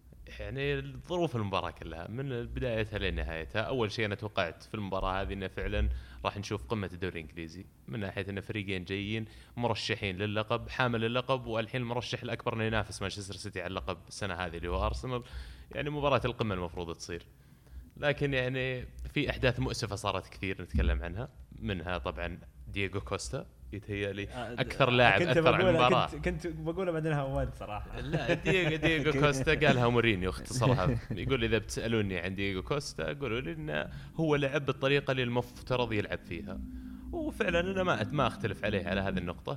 يعني ظروف المباراة كلها من بدايتها لنهايتها. أول شيء أنا توقعت في المباراة هذه إنه فعلا راح نشوف قمة الدوري الإنجليزي من ناحية إن فريقين جايين مرشحين للقب، حامل اللقب، والحين المرشح الأكبر إنه ينافس مانشستر سيتي على اللقب السنة هذه اللي هو أرسنال. يعني مباراة القمة المفروض تصير، لكن يعني في أحداث مؤسفة صارت كثير نتكلم عنها، منها طبعا دييغو كوستا يتهيألي أكثر لاعب أثر على المباراة. كنت, كنت بقولها بعدين هونت صراحة. لا دييغو دييغو كوستا قالها مورينيو اختصرها، يقول إذا بتسألوني عن دييغو كوستا قولوا لي إنه هو لعب بالطريقة اللي المفترض يلعب فيها، وفعلا أنا ما ما أختلف عليه على هذه النقطة.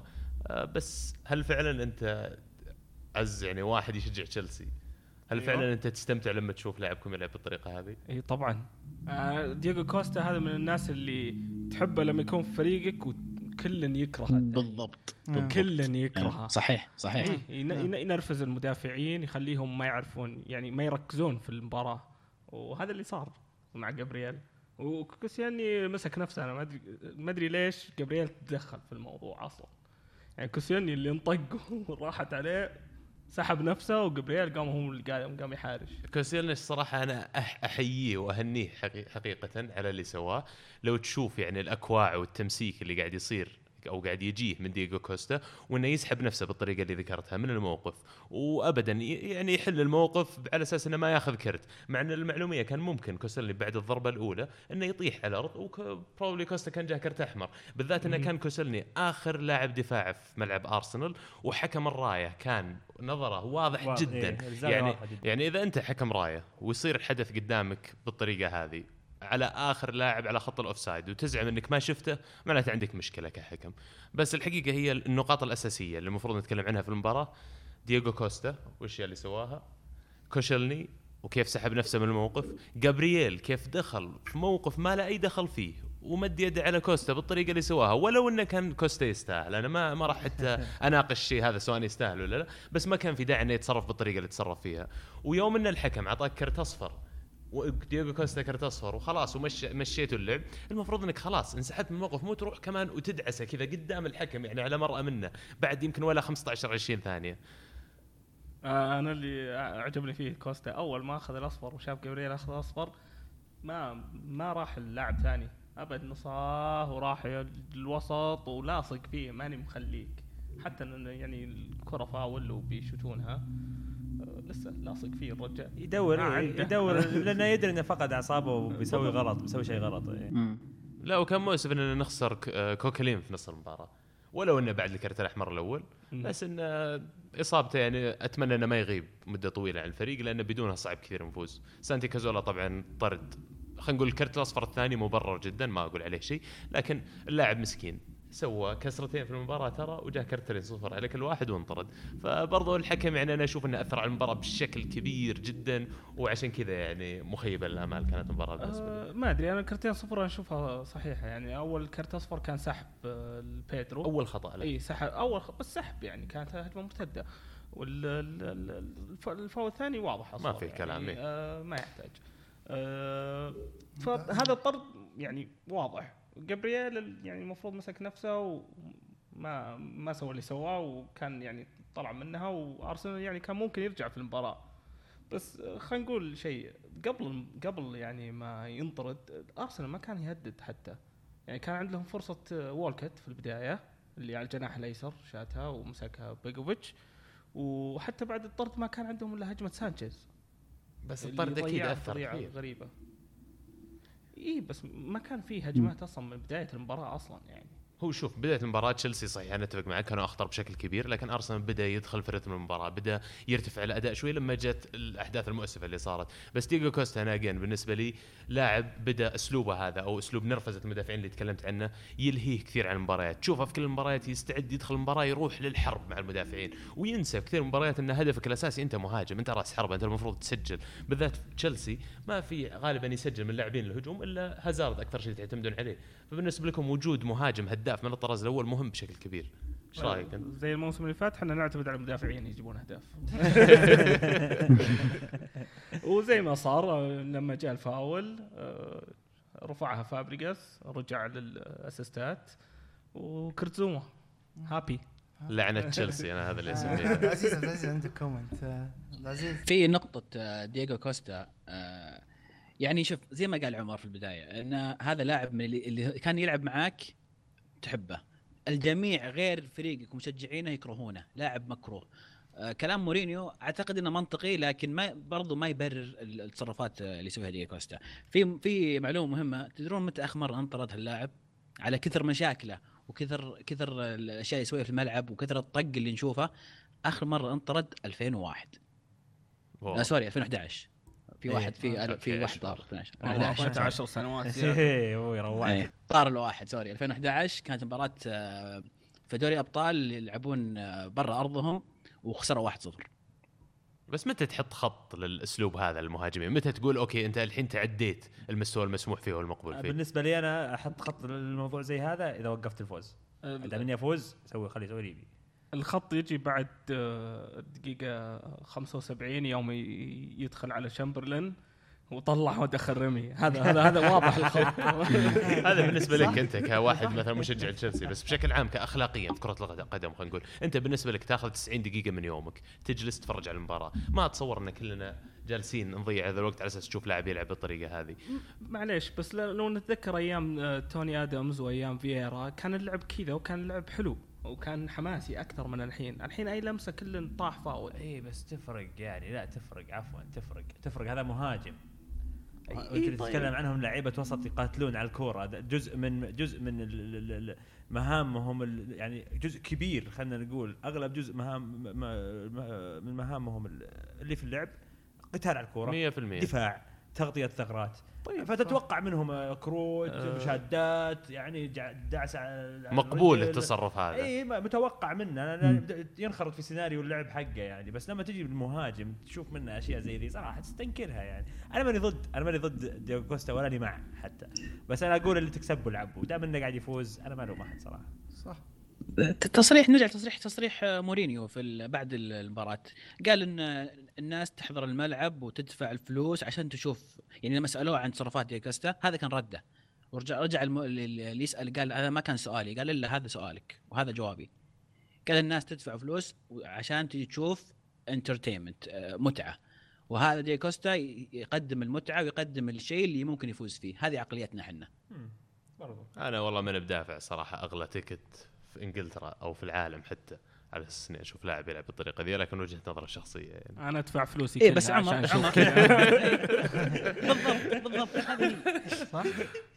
بس هل فعلا أنت عز يعني واحد يشجع تشيلسي، هل أيوة. فعلا أنت تستمتع لما تشوف لاعبكم يلعب بالطريقة هذه؟ اي طبعا. آه دييغو كوستا هذا من الناس اللي تحبه لما يكون في فريقك وكل يكرهه. بالضبط كل يكرهه. صحيح صحيح. إيه ين- ينرفز المدافعين، يخليهم ما يعرفون يعني ما يركزون في المباراة، وهذا اللي صار مع جابرييل. وكوسياني مسك نفسه، انا ما ادري ما ادري ليش جابرييل تدخل في الموضوع اصلا. يعني كوسياني اللي انطق وراحت عليه سحب نفسه، وجابرييل قام هو اللي قام قام يحارش. كوسيلنش الصراحة أنا أح- أحييه وأهنيه حقي- حقيقة على اللي سواه. لو تشوف يعني الأكواع والتمسيك اللي قاعد يصير أو قاعد يجيه من دييغو كوستا، وإنه يسحب نفسه بالطريقة اللي ذكرتها من الموقف، وأبدا ي- يعني يحل الموقف على أساس إنه ما ياخذ كرت، مع أن المعلومية كان ممكن كوسيلني بعد الضربة الأولى إنه يطيح على الأرض، وبروبلي كوستا كان جاه كرت أحمر، بالذات إنه كان كوسيلني آخر لاعب دفاع في ملعب أرسنال، وحكم الراية كان نظره واضح واضح، جدا. إيه، يعني واضحة جداً. يعني إذا أنت حكم راية ويصير الحدث قدامك بالطريقة هذه على آخر لاعب على خط الأوفسايد وتزعم أنك ما شفته، معناته عندك مشكلة كحكم. بس الحقيقة هي النقاط الأساسية اللي المفروض نتكلم عنها في المباراة: دييغو كوستا والأشياء اللي سواها، كوشلني وكيف سحب نفسه من الموقف، جابرييل كيف دخل في موقف ما لا أي دخل فيه ومد يده على كوستا بالطريقة اللي سواها، ولو إنه كان كوستا يستاهل. أنا ما ما راح حتى أناقش شيء هذا سواء يستاهل ولا لا، بس ما كان في داعي إنه يتصرف بالطريقة اللي تصرف فيها. ويوم إن الحكم عطاك كرت أصفر ودييغو كوستا كرت اصفر وخلاص ومش مشيتوا اللعب، المفروض انك خلاص انسحبت من الموقف، مو تروح كمان وتدعسه كذا قدام الحكم يعني على مرأة منه بعد يمكن ولا خمسة عشر عشرين ثانية. آه انا اللي عجبني فيه كوستا اول ما اخذ الاصفر وشاف جابرييل اخذ الاصفر، ما ما راح اللاعب ثاني ابد، نصاه وراح الوسط ولاصق فيه، ماني مخليك حتى انه يعني الكرة فاول وبيشوتونها لسه لاصق فيه الرجال، يدور يدور لانه يدري انه فقد اعصابه وبيسوي غلط، بيسوي شيء غلط. لا وكان مؤسف اننا نخسر كوكلين في نص المباراة، ولو انه بعد الكرت الاحمر الاول، بس ان اصابته يعني اتمنى انه ما يغيب مدة طويلة عن الفريق، لانه بدونها صعب كثير نفوز. سانتي كازولا طبعا طرد، خلينا نقول الكرت الاصفر الثاني مبرر جدا، ما اقول عليه شيء، لكن اللاعب مسكين سوى كسرتين في المباراة ترى وجاه كرتين صفر على كل واحد وانطرد. فبرضه الحكم يعني أنا أشوف أنه أثر على المباراة بشكل كبير جدا، وعشان كذا يعني مخيبة للآمال كانت المباراة بالنسبة لي. أه ما أدري أنا كرتين صفر أنا أشوفها صحيحة، يعني أول كرت أصفر كان سحب البيدرو، أول خطأ له. أي سحب أول خ... بس سحب يعني كانت هجمة مرتدة، والفاول الثاني واضح ما في يعني كلام أه ما يحتاج. أه فهذا الطرد يعني واضح. جابرييل يعني المفروض مسك نفسه وما ما سوى اللي سواه، وكان يعني طلع منها، وارسنال يعني كان ممكن يرجع في المباراة. بس خلينا نقول شيء قبل قبل يعني ما ينطرد، ارسنال ما كان يهدد حتى، يعني كان عندهم فرصة وولكت في البداية اللي على الجناح الايسر شاتها ومسكها بيجوفيتش، وحتى بعد الطرد ما كان عندهم الا هجمة سانشيز، بس الطرد اكيد اثر فيه غريبة. إيه بس ما كان فيه هجمات أصلاً من بداية المباراة أصلاً يعني. هو شوف بداية المباراة تشيلسي صحيح أنا أتفق معك كانوا أخطر بشكل كبير، لكن أرسنال بدأ يدخل في رتم المباراة، بدأ يرتفع الأداء شوي لما جت الأحداث المؤسفة اللي صارت. بس دييغو كوستا أنا أجين بالنسبة لي لاعب بدأ أسلوبه هذا أو أسلوب نرفزة المدافعين اللي تكلمت عنه يلهيه كثير عن المباريات، تشوفه في كل المباريات يستعد يدخل المباراة يروح للحرب مع المدافعين، وينسى كثير مباريات أن هدفك الأساسي أنت مهاجم، أنت رأس حربة، أنت المفروض تسجل. بالذات تشيلسي ما في غالبا يسجل من لاعبين الهجوم إلا هازارد أكثر شيء تعتمدون عليه، فبالنسبة لكم وجود مهاجم هداف من الطراز الأول مهم بشكل كبير. ايش رايك انت؟ زي الموسم اللي فات احنا نعتمد على المدافعين يجيبون اهداف. وزي ما صار لما جاء الفاول رفعها فابريغاس رجع للاسيستات وكرتزوما هابي. لعنه تشيلسي انا هذا اللي اسميه. عزيز عزيز عندك كومنت عزيز في نقطه دييغو كوستا. يعني شوف زي ما قال عمر في البدايه ان هذا لاعب من اللي, اللي كان يلعب معاك تحبه، الجميع غير فريقك ومشجعينه يكرهونه، لاعب مكروه. آه كلام مورينيو اعتقد انه منطقي لكن ما برضو ما يبرر التصرفات اللي سويها دييغو كوستا. في في معلومه مهمه، تدرون متى اخر مره انطرد هاللاعب على كثر مشاكله وكثر كثر الاشياء اللي يسويها في الملعب وكثر الطق اللي نشوفه؟ اخر مره انطرد ألفين وواحد. لا سوري ألفين وأحد عشر. في واحد في في واحد طار أحد عشر سنوات. ايه هو يروح طار الواحد سوري ألفين وأحد عشر كانت مباراة في دوري ابطال يلعبون برا ارضهم وخسروا واحد صفر. بس متى تحط خط للاسلوب هذا المهاجمين؟ متى تقول اوكي انت الحين تعديت المستوى المسموح فيه والمقبول فيه؟ بالنسبه لي انا احط خط للموضوع زي هذا اذا وقفت الفوز. اذا مني افوز سوي خلي سوي لي. الخط يجي بعد دقيقة خمسة وسبعين يوم يدخل على شامبرلين وطلع ودخل رمي. هذا هذا هذا واضح الخط. هذا بالنسبة لك أنت كواحد مثلا مشجع تشيلسي، بس بشكل عام كأخلاقيا في كرة القدم خلينا نقول أنت بالنسبة لك تأخذ تسعين دقيقة من يومك تجلس تتفرج على المباراة، ما أتصور أن كلنا جالسين نضيع هذا الوقت على أساس تشوف لاعب يلعب بالطريقة هذه. معليش بس لو نتذكر أيام توني آدمز وأيام فييرا كان اللعب كذا وكان اللعب حلو وكان حماسي أكثر من الحين. الحين أي لمسة كل طاح فاول. إيه بس تفرق يعني لا تفرق عفوا تفرق تفرق هذا مهاجم. إيه طيب. تتكلم عنهم لعيبة وسط يقاتلون على الكورة، جزء من جزء من مهامهم يعني جزء كبير خلنا نقول أغلب جزء مهام من مهامهم اللي في اللعب قتال على الكورة مية بالمية دفاع تغطية ثغرات. طيب فتتوقع منهم كروت أه مشادات يعني دعس مقبول التصرف هذا. اي متوقع منه أنا ينخرط في سيناريو اللعب حقه يعني. بس لما تجي بالمهاجم تشوف منه اشياء زي ذي صراحه تستنكرها يعني. انا ماني ضد انا ماني ضد دييغو كوستا ولا اني مع حتى، بس انا اقول اللي تكسبه العبه دام انه قاعد يفوز انا ما له واحد صراحه. صح. تصريح نرجع تصريح تصريح مورينيو في بعد المباراة قال ان الناس تحضر الملعب وتدفع الفلوس عشان تشوف. يعني لما سألوه عن تصرفات دييغو كوستا هذا كان رده، ورجع رجع اللي يسأل قال هذا ما كان سؤالي، قال إلا هذا سؤالك وهذا جوابي. قال الناس تدفع فلوس عشان تيجي تشوف انترتينمنت متعة، وهذا دييغو كوستا يقدم المتعة ويقدم الشيء اللي ممكن يفوز فيه. هذه عقليتنا احنا. انا والله ما بدافع صراحة اغلى تيكت في انجلترا او في العالم حتى على اساس اني اشوف لاعب يلعب بالطريقه ذي، لكن وجهه نظره شخصيه يعني. انا ادفع فلوسي إيه بس عمر عشان عمر بالضبط بالضبط هذه صح.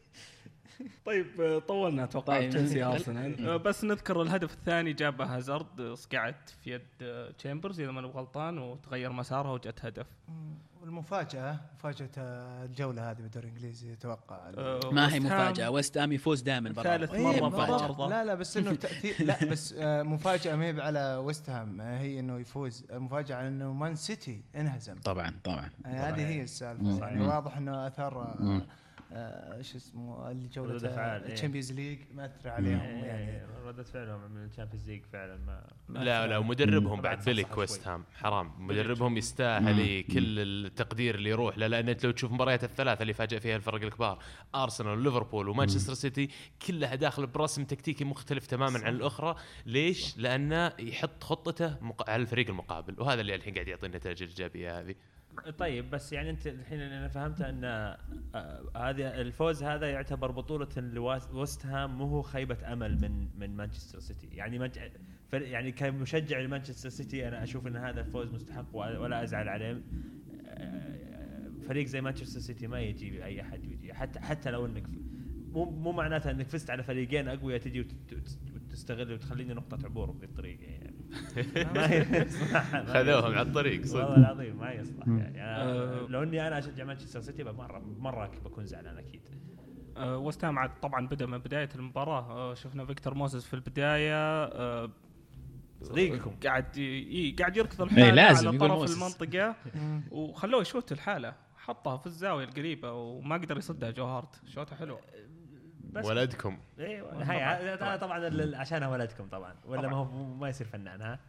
طيب طولنا اتوقع طيب. تشيلسي ارسنال. بس نذكر الهدف الثاني جابه هازارد صقعت في يد تشامبرز اذا ما انا غلطان وتغير مسارها وجت هدف. والمفاجاه مفاجاه الجوله هذه بالدوري الانجليزي اتوقع ما هي مفاجاه ويست هام يفوز دائما ثالث برا. مره مفاجاه. لا لا بس انه تاثير لا بس مفاجاه ما هي على ويست هام هي انه يفوز، مفاجاه انه مان سيتي انهزم. طبعا طبعا هذه هي السالفه يعني. واضح انه اثر ايش اسمه اللي جوله الشامبيونز ليج ما اثر عليهم يعني ردة فعلهم من الشامبيونز ليج فعلا ما لا لا ومدربهم بعد بيليك ويست هام حرام، مدربهم يستاهل كل التقدير اللي يروح له، لان لو تشوف مباريات الثلاثه اللي فاجأ فيها الفرق الكبار ارسنال وليفربول ومانشستر سيتي كلها داخل برسم تكتيكي مختلف تماما عن الاخرى. ليش؟ لانه يحط خطته على الفريق المقابل، وهذا اللي الحين قاعد يعطي النتائج الايجابيه هذه. طيب بس يعني انت الحين انا فهمت ان هذا الفوز هذا يعتبر بطوله لويست هام، مو هو خيبه امل من من مانشستر سيتي يعني. منج... يعني كمشجع لمانشستر سيتي انا اشوف ان هذا الفوز مستحق ولا ازعل عليه. فريق زي مانشستر سيتي ما يجي اي احد يجي، حتى حتى لو انك مو مو معناته انك فزت على فريقين اقوياء تجي وتستغل وتخليني نقطه عبور بالطريق يعني. ما يصلح خذوهم على الطريق صدق والله العظيم ما يصلح يعني. أه لو اني انا اشجع مانشستر سيتي مره مره بكون زعلان اكيد. أه وست هام طبعا بدا من بدايه المباراه. أه شفنا فيكتور موسيس في البدايه أه صديقكم قاعد ي... قاعد يركض الحاله على طرف موسس. المنطقه وخلوه يشوت الحاله، حطها في الزاويه القريبه وما قدر يصدها جو هارت. شوطه حلوه ولدكم. ايوه هاي هذا طبعا ال- عشانها ولدكم طبعا ولا ما هو ما يصير فنان ها.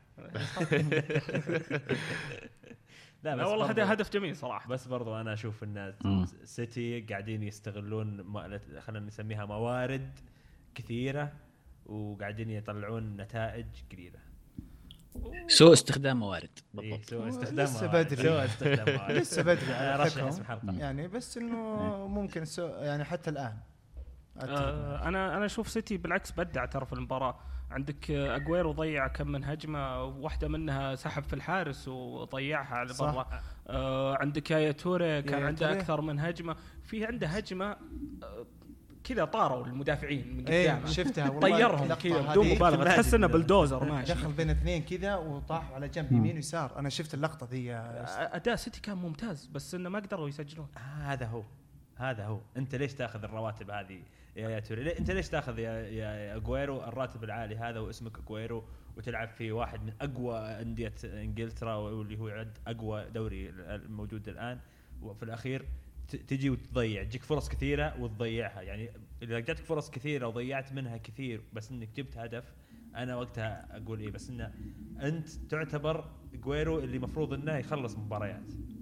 لا, بس لا والله برضو- هذا هدف جميل صراحه. بس برضو انا اشوف ان مم. سيتي قاعدين يستغلون ما- خلينا نسميها موارد كثيره وقاعدين يطلعون نتائج قليله. سوء استخدام موارد إيه، بالضبط. سوء استخدام لسه موارد. بدري. سوء استخدام موارد. لسه بدري أنا على رشح فكرة. اسم حلقه. يعني بس انه ممكن سو يعني حتى الان آه انا انا اشوف سيتي بالعكس بدع ترى في المباراه. عندك آه، اجويرو ضيع كم من هجمه واحده منها سحب في الحارس وضيعها على صح. برا. آه عندك يايا توري كان يايا عنده توري. اكثر من هجمه. في عنده هجمه آه كذا طاروا المدافعين من ايه قدامه شفتها والله طيرهم اللقطة كذا هذه. بدون مبالغه ماجد. تحس انه بلدوزر ماشي. دخل بين اثنين كذا وطاحوا على جنب يمين ويسار. انا شفت اللقطه ذي يا آه، اداء سيتي كان ممتاز بس انه ما قدروا يسجلون. هذا هو هذا هو انت ليش تاخذ الرواتب هذه يا يا توري؟ ليه- انت ليش تاخذ يا يا اجويرو الراتب العالي هذا واسمك اجويرو وتلعب في واحد من اقوى انديه انجلترا واللي هو يعد اقوى دوري الموجود الان وفي الاخير ت- تجي وتضيع تجيك فرص كثيره وتضيعها. يعني اذا جاتك فرص كثيره وضيعت منها كثير بس انك جبت هدف انا وقتها اقول ايه. بس انه انت تعتبر اجويرو اللي مفروض انه يخلص مباريات.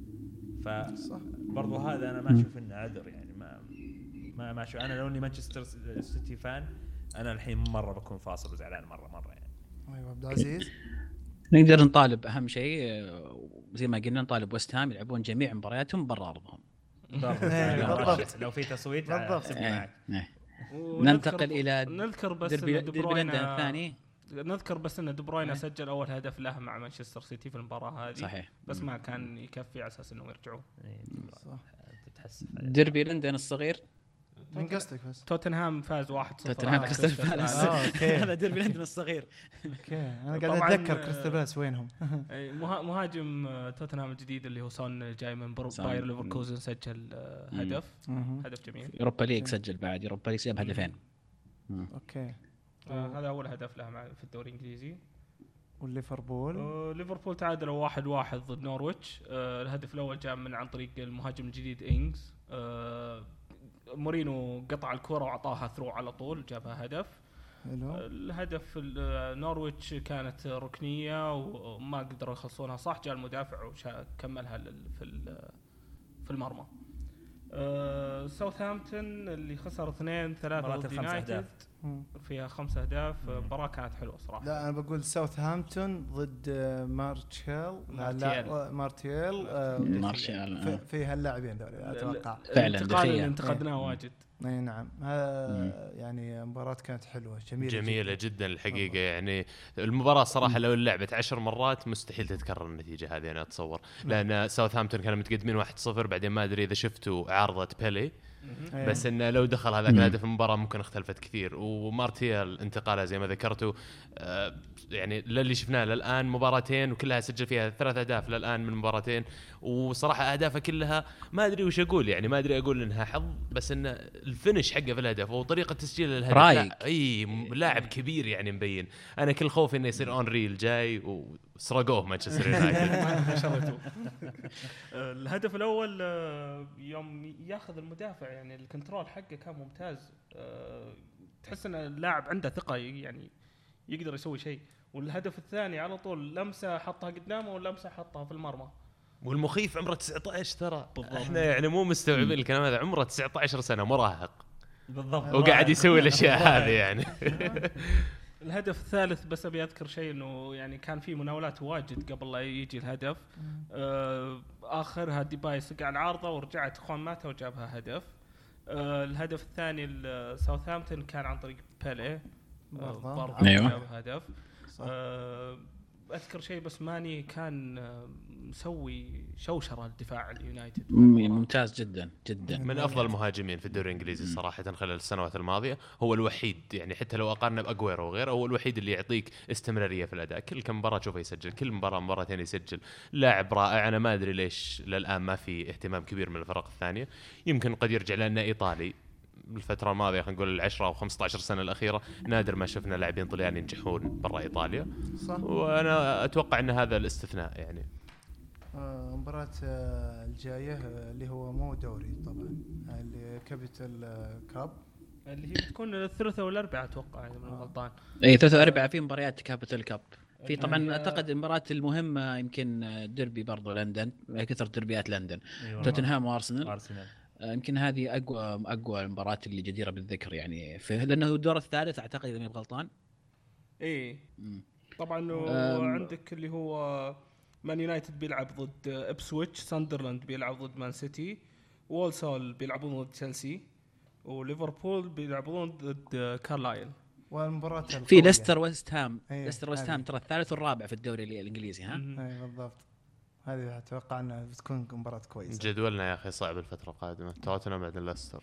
ف صح. برضو هذا انا ما اشوف انه عذر. يعني ما ما ما شو انا لو اني مانشستر سيتي فان انا الحين مره بكون فاصل وزعلان مره مره يعني. ايوه عبد العزيز. نقدر نطالب اهم شيء آه، زي ما قلنا نطالب وست هام يلعبون جميع مبارياتهم برا ارضهم. إيه، بالضبط. لو في تصويت بالضبط. سيبني معك. إيه. ونذكر- ننتقل الى نذكر بس ديربي إن دي ديربي بروين- لندن الثاني. نذكر بس ان دي بروين إيه. سجل اول هدف له مع مانشستر سيتي في المباراه هذه. صحيح. بس ما كان يكفي على اساس انهم يرجعون. إيه، صح. تتحسف ديربي لندن الصغير من قصدك بس؟ توتنهام فاز واحد صفر. توتنهام على كريستال كريستال بالاس. بالاس. آه، أوكي. هذا ديربي لندن الصغير. اوكي انا طبعاً، قاعد اتذكر آه، كريستال بالاس وينهم. أي، مها- مهاجم آه، توتنهام الجديد اللي هو سون جاي من برو- سون. باير ليفركوزن سجل آه، مم. هدف مهم. هدف جميل. يوروبا ليج سجل بعد يوروبا ليج سجل هدفين. اوكي. آه، هذا اول هدف له مع- في الدوري الانجليزي. والليفربول آه، ليفربول تعادلوا واحد واحد ضد نورويتش. آه، الهدف الاول جاء من عن طريق المهاجم الجديد إنجز. آه، مورينو قطع الكرة وعطاها ثرو على طول جابها هدف. حلو. الهدف ال- نورويتش كانت ركنية وما قدروا يخلصونها صح. جاء المدافع وكملها لل- في ال- في المرمى. آه، ساوثهامبتون اللي خسر اثنين ثلاثة مباراة ضد الخمس يونايتد أهداف. مم. فيها خمس أهداف. المباراة كانت حلوة صراحة. لا انا بقول ساوثهامبتون ضد آه، مارتشيل لا، مارتيال. لا، مارتيال آه، مارشال في- آه. في هاللاعبين ذول اتوقع. فعلاً الانتقال دخية. اللي انتقدناه واجد. اي نعم. ها يعني مباراة كانت حلوة جميلة جميلة جدا الحقيقة. يعني المباراة صراحة لو لعبت عشر مرات مستحيل تتكرر النتيجة هذه أنا أتصور. لأن ساوثهامبتون كانوا متقدمين واحد صفر بعدين ما أدري إذا شفتوا عارضة بيلي إيه. بس إنه لو دخل هذاك الهدف المباراة ممكن اختلفت كثير. ومارتيال انتقاله زي ما ذكرتوا آه، يعني للي شفناه للآن مباراتين وكلها سجل فيها ثلاث أهداف للآن من مباراتين. وصراحة أهدافه كلها ما أدري وش أقول يعني ما أدري أقول إنها حظ بس إن الفينش حقه في الهدف وطريقة تسجيل الهدف رايق. لا، أي م- لاعب كبير يعني مبين. أنا كل خوفي إنه يصير أونري الجاي وسرقوه مانشستر يونايتد. شريته. آه، الهدف الاول آه، يوم ياخذ المدافع يعني الكنترول حقه كان ممتاز. آه، تحس ان اللاعب عنده ثقه يعني يقدر يسوي شيء. والهدف الثاني على طول لمسه حطها قدامه ولمسه حطها في المرمى. والمخيف عمره تسعة عشر ترى احنا يعني مو مستوعبين الكلام هذا. عمره تسعة عشر سنة مراهق بالضبط. وقاعد يسوي الأشياء هذه يعني. الهدف الثالث بس ابي اذكر شيء انه يعني كان في مناولات واجد قبل لا يجي الهدف. آه اخرها ديباي سقع العارضه ورجعت خوان ماتا وجابها هدف. آه الهدف الثاني لساوثهامبتون كان عن طريق بيلي. آه برضه. برضه أيوة. جاب هدف. آه اذكر شيء بس ماني كان آه، مسوي شوشره الدفاع اليونايتد. ممتاز جدا جدا. من أفضل المهاجمين في الدوري الإنجليزي صراحة خلال السنوات الماضية. هو الوحيد يعني حتى لو أقارنه بأجويرو وغيره هو الوحيد اللي يعطيك استمرارية في الأداء. كل كم مباراة تشوفه يسجل كل مباراة مباراتين يسجل. لاعب رائع. أنا ما أدري ليش للآن ما في اهتمام كبير من الفرق الثانية. يمكن قد يرجع لأنه إيطالي. الفترة الماضية خلينا نقول العشرة أو خمسة عشر سنة الأخيرة نادر ما شفنا لاعبين طليان ينجحون برا إيطاليا. صح. وأنا أتوقع أن هذا الاستثناء يعني. آه، مباراة آه، الجاية آه، اللي هو مو دوري طبعا آه، اللي كابيتال آه، كاب اللي هي بتكون الثلاثاء والاربعاء اتوقع اذا ماني غلطان. اي ثلاثة واربعة في مباريات كابيتال كاب. في طبعا هي- اعتقد المباراة المهمة يمكن ديربي برضو لندن، كثر ديربيات لندن أيوة. توتنهام وارسنال. ارسنال آه، يمكن هذه اقوى اقوى المباريات اللي جديرة بالذكر يعني في لانه الدور الثالث اعتقد اذا ماني غلطان. ايه مم. طبعا أم. وعندك اللي هو مان يونايتد بيلعب ضد ابسويتش، ساندرلاند بيلعب ضد مان سيتي، وولسال بيلعبون ضد تشيلسي، وليفربول بيلعبون ضد كارلايل. والمباراة في القوية. ليستر ويست هام. إيه، ليستر ويست هذه. هام ترى الثالث والرابع في الدوري الانجليزي ها. مهم. اي بالضبط. هذه اتوقع انها بتكون مباراة كويسة. جدولنا يا اخي صعب الفتره القادمه، توتنهام بعدين ليستر.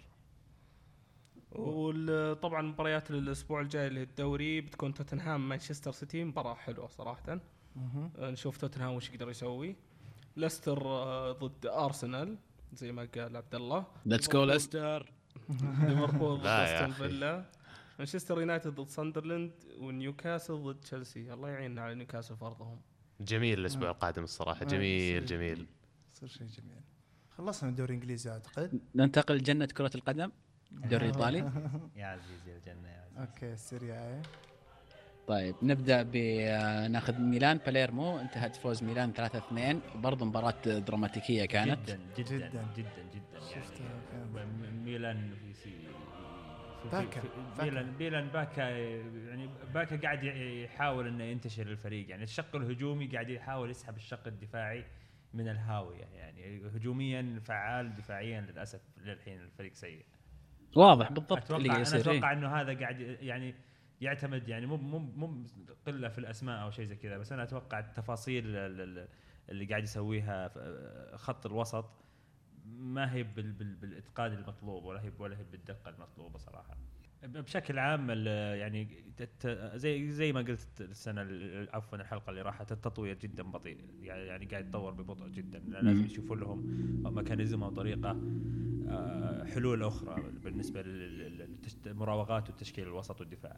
وطبعا مباريات الاسبوع الجاي للدوري بتكون توتنهام مانشستر سيتي، مباراة حلوة صراحة. مهم. نشوف توتنهام وش يقدر يسوي. ليستر آه، ضد ارسنال زي ما قال عبد الله. ليتس جو ليستر. ليفربول ضد لا يا استون أخي. فيلا. مانشستر يونايتد ضد ساندرلاند، ونيوكاسل ضد تشيلسي. الله يعيننا على نيوكاسل فرضهم. جميل الاسبوع القادم الصراحه، آه، جميل يصير- جميل. يصير شيء جميل. خلصنا الدوري الانجليزي اعتقد. ننتقل لجنة كرة القدم الدوري الايطالي. يا عزيزي الجنه يا عزيزي. اوكي السريعة. طيب نبدا بناخذ ميلان باليرمو، انتهت فوز ميلان ثلاثة اثنين، برضو مباراة دراماتيكية كانت. جدا جدا جداً. جدا جدا, جداً شفتها يعني كان. م- ميلان في سي في- باكا. في- باكا. ميلان ميلان باكا يعني باكا قاعد يحاول انه ينتشر الفريق، يعني الشق الهجومي قاعد يحاول يسحب الشق الدفاعي من الهاويه، يعني هجوميا فعال، دفاعيا للاسف للحين الفريق سيء. واضح بالضبط اتوقع اللي انا يصير. اتوقع انه هذا قاعد يعني يعتمد يعني مو مو مو قله في الاسماء او شيء زي كذا، بس انا اتوقع التفاصيل ال- ال- اللي قاعد يسويها في خط الوسط ما هي بال بال بالاتقان المطلوب، ولا هي ولا هي بالدقه المطلوبه صراحه. بشكل عام ال- يعني تت- زي زي ما قلت السنه ال- عفوا الحلقه اللي راحت، التطوير جدا بطيء، يعني يعني قاعد يتطور ببطء جدا، لازم يشوفوا لهم ميكانيزم او طريقه آه، حلول اخرى بالنسبه للمراوغات والتشكيل الوسط والدفاع.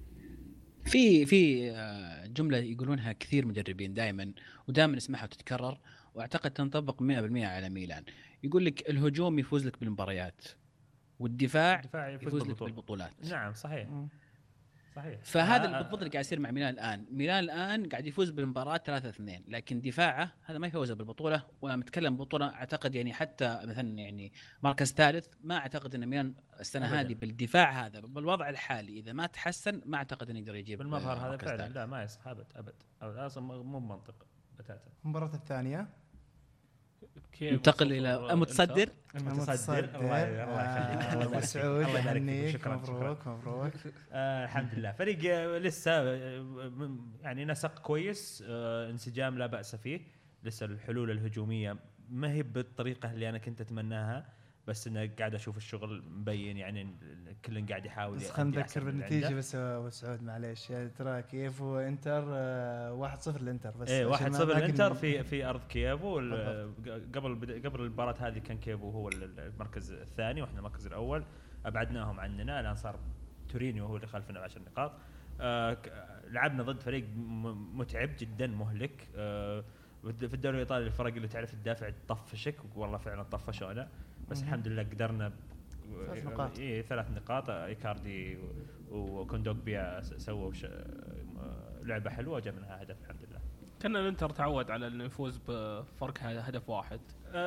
في في آه، جملة يقولونها كثير مدربين دائما ودائما نسمعها وتتكرر، واعتقد تنطبق مئة بالمئة على ميلان. يقول لك الهجوم يفوز لك بالمباريات، والدفاع الدفاع يفوز يفوز لك بالبطولة. بالبطولات. نعم صحيح مم. صحيح. فهذا آه، بالضبط اللي قاعد يصير مع ميلان الان. ميلان الان قاعد يفوز بالمباراه ثلاثة اثنين، لكن دفاعه هذا ما يفوز بالبطوله. وانا متكلم بطوله اعتقد يعني حتى مثلا يعني مركز ثالث، ما اعتقد ان ميلان السنه أبداً. هذه بالدفاع هذا بالوضع الحالي اذا ما تحسن ما اعتقد انه يقدر يجيب بالمظهر آه، هذا مركز فعلا ثالث. لا ما يصح ابد ابد أبد. اصلا مو بمنطق بتاتا. المباراة الثانية. كيف ننتقل وصفوا الى الإنتر؟ المتصدر. المتصدر الله الله ابو يخليك سعود الله يبارك فيك. يهنيك. شكرا شكرا. مبروك مبروك. آه الحمد لله فريق آه، لسه آه، م- يعني نسق كويس، آه انسجام لا بأس فيه، لسه الحلول الهجومية ما هي بالطريقة اللي أنا كنت أتمناها، بس أنا قاعد أشوف الشغل مبين، يعني إن كل قاعد يحاول بس يأدي خلينا أحسن نذكر من اللي بالنتيجة عنده. بس ابو سعود معليش يعني ترى كيف وانتر آه، واحد صفر للانتر بس. ايه عشان واحد ما- صفر ما الانتر قلنا- في في ارض كييفو وال- قبل بد- قبل المباراه هذه كان كييفو هو المركز الثاني واحنا المركز الاول، ابعدناهم عننا، الان صار تورينيو هو اللي خلفنا بعشر نقاط. آه ك- لعبنا ضد فريق م- متعب جدا مهلك. آه في الدوري الايطالي الفرق اللي تعرف تدافع تطفشك، والله فعلا طفشونا، بس مهم. الحمد لله قدرنا ب- ثلاث نقاط. ايه ثلاث نقاط. ايكاردي وكوندوغبيا سووا ش- لعبه حلوه جاب منها هدف الحمد لله. كان الانتر تعود على انه يفوز بفرق هدف واحد.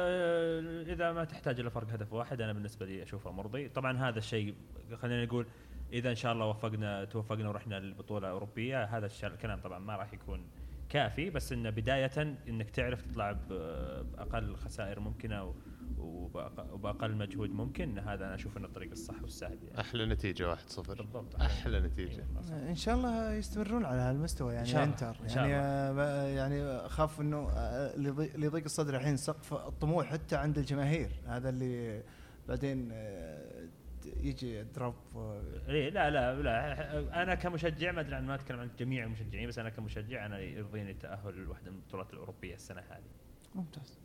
آه، اذا ما تحتاج الى فرق هدف واحد انا بالنسبه لي اشوفه مرضي. طبعا هذا الشيء خلينا نقول اذا ان شاء الله وفقنا توفقنا ورحنا للبطوله الاوروبيه، هذا الشيء الكلام طبعا ما راح يكون كافي، بس انه بدايه انك تعرف تطلع باقل خسائر ممكنه وبأق- وباقل مجهود ممكن، هذا انا اشوف انه الطريق الصح والسهل يعني. احلى نتيجه واحد صفر. بالضبط احلى نتيجه. ان شاء الله يستمرون على هالمستوى يعني إن شاء الله. انتر إن شاء يعني آه، يعني خاف انه آه، لضي- لضيق الصدر الحين سقف الطموح حتى عند الجماهير، هذا اللي بعدين آه، يجي دروب. إيه لا لا لا انا كمشجع ما ادري عن ما اتكلم عن جميع المشجعين، بس انا كمشجع انا يرضيني التاهل لواحده من البطولات الاوروبيه السنه هذه. ممتاز.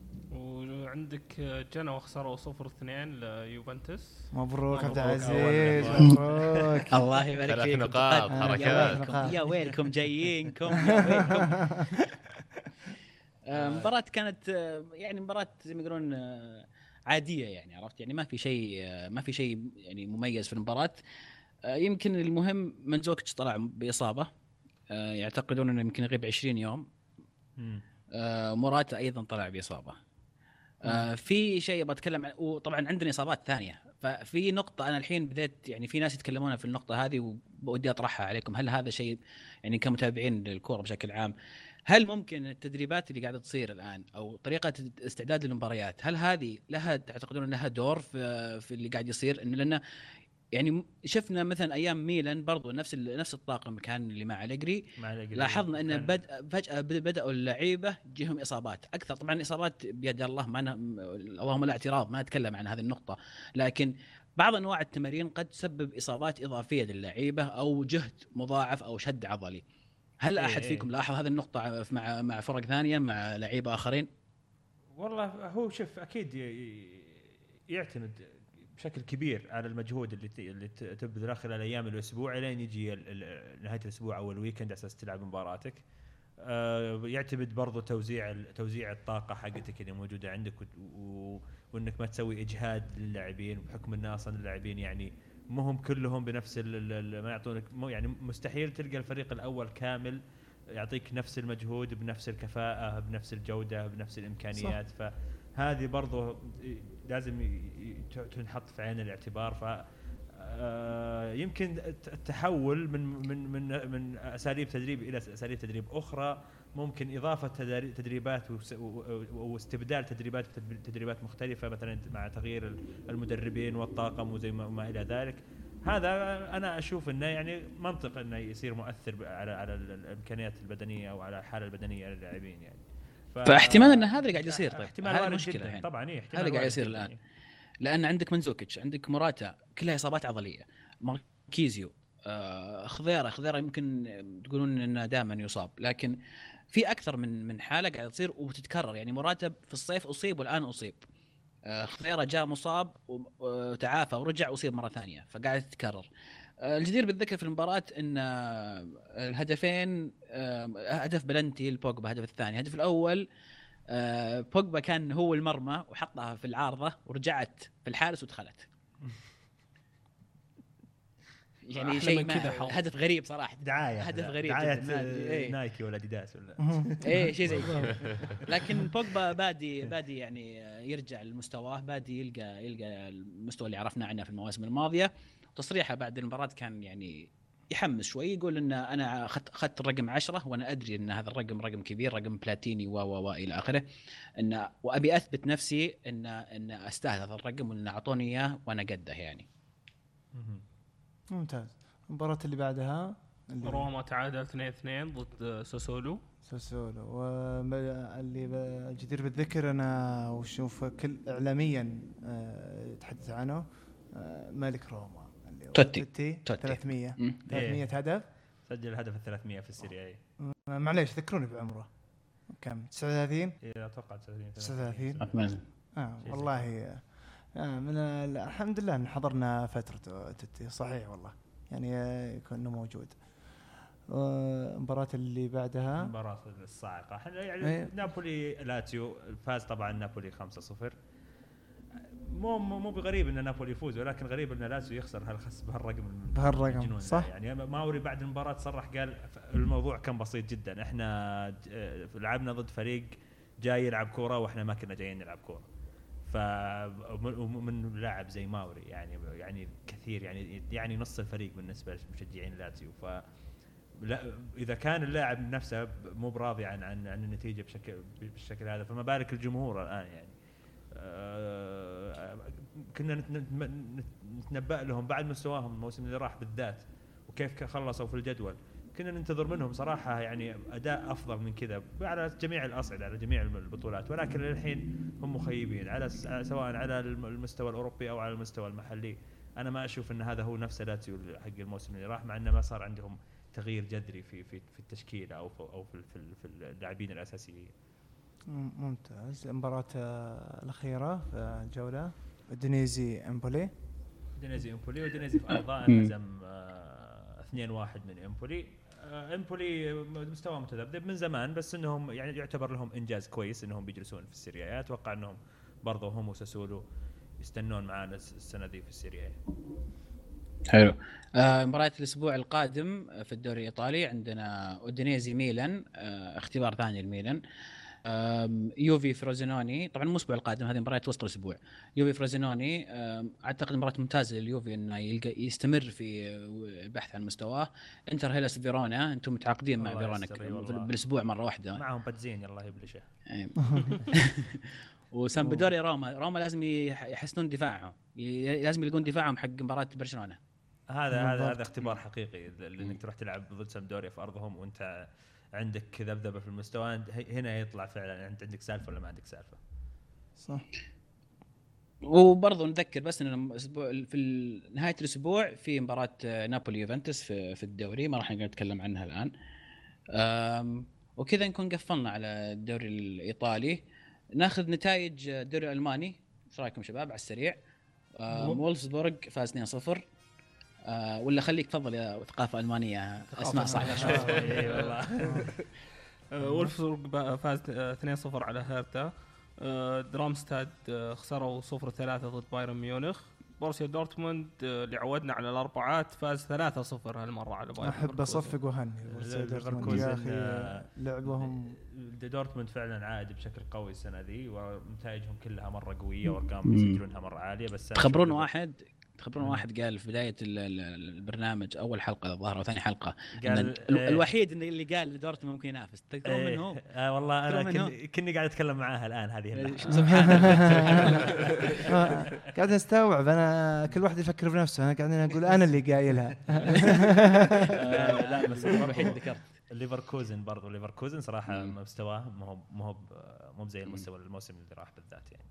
وعندك جنوا خسروا صفر اثنين ليوفنتوس. مبروك عبد مبروك العزيز أول مبروك. الله يبارك ثلاث فيكم. نقاط، تقدم. حركات. يا ويلكم نقاط. يا ويلكم جايينكم يا ويلكم. آه، مباراة كانت آه، يعني مباراة زي ما يقولون آه، عاديه يعني، عرفت يعني ما في شيء ما في شيء يعني مميز في المباراه. يمكن المهم منزوكيتش طلع باصابه، يعتقدون انه يمكن يغيب عشرين يوم. موراتا ايضا طلع باصابه. في شيء بتكلم عن، وطبعا عندنا اصابات ثانيه. ففي نقطه انا الحين بديت يعني في ناس يتكلمون في النقطه هذه وبودي اطرحها عليكم. هل هذا شيء يعني كمتابعين للكوره بشكل عام، هل ممكن التدريبات اللي قاعده تصير الان او طريقه استعداد للمباريات، هل هذه لها تعتقدون انها دور في في اللي قاعد يصير؟ إن لان يعني شفنا مثلا ايام ميلان برضو نفس نفس الطاقم كان اللي مع أليجري، لاحظنا ان بد فجاه بداوا اللعيبه تجيهم اصابات اكثر. طبعا الاصابات بيد الله، ما اللهم لا اعتراض، ما نتكلم عن هذه النقطه، لكن بعض انواع التمارين قد تسبب اصابات اضافيه للعيبه او جهد مضاعف او شد عضلي. هل احد إيه فيكم إيه. لاحظ هذه النقطه مع مع فرق ثانيه مع لعيبه اخرين؟ والله هو شوف اكيد يعتمد بشكل كبير على المجهود اللي اللي تبذله خلال ايام الاسبوع لين يجي نهايه الاسبوع او الويكند على اساس تلعب مباراتك. يعتمد برضو توزيع توزيع الطاقه حقتك اللي موجوده عندك، وانك ما تسوي اجهاد للاعبين، بحكم ان اصلا اللاعبين يعني مهم كلهم بنفس ما يعطونك، يعني مستحيل تلقى الفريق الاول كامل يعطيك نفس المجهود بنفس الكفاءه بنفس الجوده بنفس الامكانيات. صح. فهذه برضو لازم تنحط في عين الاعتبار. ف يمكن التحول من من من من اساليب تدريب الى اساليب تدريب اخرى، ممكن اضافه تدريبات واستبدال تدريبات تدريبات مختلفه، مثلا مع تغيير المدربين والطاقم وزي ما الى ذلك. هذا انا اشوف انه يعني منطق انه يصير مؤثر على على الامكانيات البدنيه او على الحاله البدنيه للاعبين يعني. فاحتمال ان هذا اللي قاعد يصير. طيب احتمال هذه المشكله يعني. طبعا ايه هذا قاعد يصير الان يعني. لان عندك منزوكيتش، عندك موراتا، كلها اصابات عضليه. ماركيزيو، آه خضيره خضيره يمكن تقولون انه دائما يصاب، لكن في اكثر من من حاله قاعده تصير وتتكرر. يعني موراتا في الصيف اصيب والان اصيب، آه خضيره جاء مصاب وتعافى ورجع واصيب مره ثانيه، فقاعد تتكرر. آه الجدير بالذكر في المباراه ان آه الهدفين، آه هدف بلنتي البوجبا، هدف الثاني، الهدف الاول آه بوجبا كان هو المرمى وحطها في العارضه ورجعت في الحارس ودخلت. يعني شيء كذا هدف غريب صراحه، دعايه هدف غريب دعايه ايه. نايكي ولا اديداس ولا ايه شيء زي كذا. لكن بوجبا بادي بادي يعني يرجع لمستواه، بادي يلقى يلقى المستوى اللي عرفنا عنه في المواسم الماضيه. تصريحه بعد المباراه كان يعني يحمس شوي، يقول ان انا اخذت اخذت الرقم عشرة وانا ادري ان هذا الرقم رقم كبير، رقم بلاتيني و و الى اخره، ان وابي اثبت نفسي ان ان استاهل هذا الرقم وان اعطوني اياه وانا قده يعني. ممتاز. المباراة اللي بعدها اللي روما تعادل اثنين اثنين ضد ساسولو. ساسولو واللي الجدير بالذكر انا وشوف كل اعلاميا يتحدث عنه مالك روما توتي ثلاثمية ثلاثمية هدف، سجل الهدف الثلاثمية في السيريا. معليش ذكروني بعمره كم؟ تسعة وثلاثين اتوقع تسعة وثلاثين اه والله آه من الحمد لله ان حضرنا فترة توتي صحيح والله يعني كنا موجود. مباراة اللي بعدها مباراة الصاعقة يعني ايه؟ نابولي لاتسيو فاز طبعا نابولي خمسة صفر. مو مو بغريب ان نابولي يفوز، ولكن غريب ان لاتسيو يخسر هالخس بهالرقم بهالرقم صح يعني. ماوري بعد المباراة صرح قال الموضوع كان بسيط جدا، احنا لعبنا ضد فريق جاي يلعب كورة واحنا ما كنا جايين نلعب كورة. فمن لاعب زي ماوري يعني يعني كثير يعني يعني نص الفريق بالنسبه لمشجعين لاتسيو. ف اذا كان اللاعب نفسه مو براضي عن عن عن النتيجه بشكل بالشكل هذا، فما بالك الجمهور الان يعني. آه كنا نتنبأ لهم بعد مستواهم الموسم اللي راح بالذات وكيف خلصوا في الجدول، كنا ننتظر منهم صراحة يعني أداء أفضل من كذا على جميع الأصعدة على جميع البطولات، ولكن الحين هم مخيبين على سواء على المستوى الأوروبي أو على المستوى المحلي. أنا ما أشوف أن هذا هو نفس لاتسيو حق الموسم اللي راح، مع أنه ما صار عندهم تغيير جذري في في في التشكيلة أو في أو في في, في اللاعبين الأساسيين. ممتاز. المباراة الأخيرة في الجولة دينيزي إمبولي دينيزي إمبولي ودينيزي في أرضه انهزم اثنين واحد من إمبولي. إمبولي مستوى متذبذب من زمان، بس انهم يعني يعتبر لهم انجاز كويس انهم بيجلسون في السيريا. اتوقع انهم برضه هم وساسولو يستنون معانا السنه دي في السيريا. حلو. آه مباراة الأسبوع القادم في الدوري الإيطالي عندنا أودينيزي ميلان، آه اختبار ثاني الميلان. آه يوفي فروزينوني، طبعا مو الأسبوع القادم، هذه مباراة وسط الأسبوع. يوفي فروزينوني، آه أعتقد مباراة ممتازة لليوفي إنه يلقى يستمر في البحث عن مستواه. إنتر هيلاس فيرونا، أنتم متعاقدين مع فيرونا بالأسبوع مرة واحدة، معهم بتزين يلا يبلشه. وسامبدوريا روما، روما لازم يحسنون دفاعهم، لازم يلقون دفاعهم حق مباراة برشلونة. هذا هذا هذا اختبار حقيقي لانك تروح تلعب ضد سامدوريا في ارضهم وانت عندك ذبذبه في المستوى، هنا يطلع فعلا انت عندك سالفه ولا ما عندك سالفه. صح. وبرضه نذكر بس ان الاسبوع في نهايه الاسبوع في مباراه نابولي يوفنتوس في في الدوري، ما راح نتكلم عنها الان. وكذا نكون قفلنا على الدوري الايطالي. ناخذ نتائج الدوري الالماني، ايش رايكم شباب على السريع؟ وولفسبورغ فاز اثنين صفر. آه ولا خليك تفضل يا ثقافة ألمانية، أسماء صعبة شوي. اي والله. وولفسبورغ فاز اثنين صفر على هيرتا. درامستاد خسروا صفر ثلاثة ضد بايرن ميونخ. بورسيا دورتموند اللي عودنا على الأربعات فاز ثلاثة صفر هالمرة على بايرن. أحب أصفق وهني بورسيا دورتموند يا أخي، لعبهم دورتموند فعلا عائد بشكل قوي السنة ذي، ونتائجهم كلها مرة قوية وأرقام يسجلونها مرة عالية. بس تخبرون واحد تخبرون واحد قال في بداية البرنامج أول حلقة الظاهر وثاني حلقة قال إيه الوحيد اللي قال دورتموند ممكن ينافس. تذكرون إيه من هو؟ آه والله أنا كن كني قاعد أتكلم معاها الآن هذه. سبحان الله. قاعد نستوعب أنا كل واحد يفكر في نفسه، أنا قاعدين أقول أنا اللي قايلها. لا بس الوحيد ذكرت ليفركوزن برضو. ليفركوزن صراحة مستواه مو مو مو زي المستوى الموسم اللي راح بالذات يعني.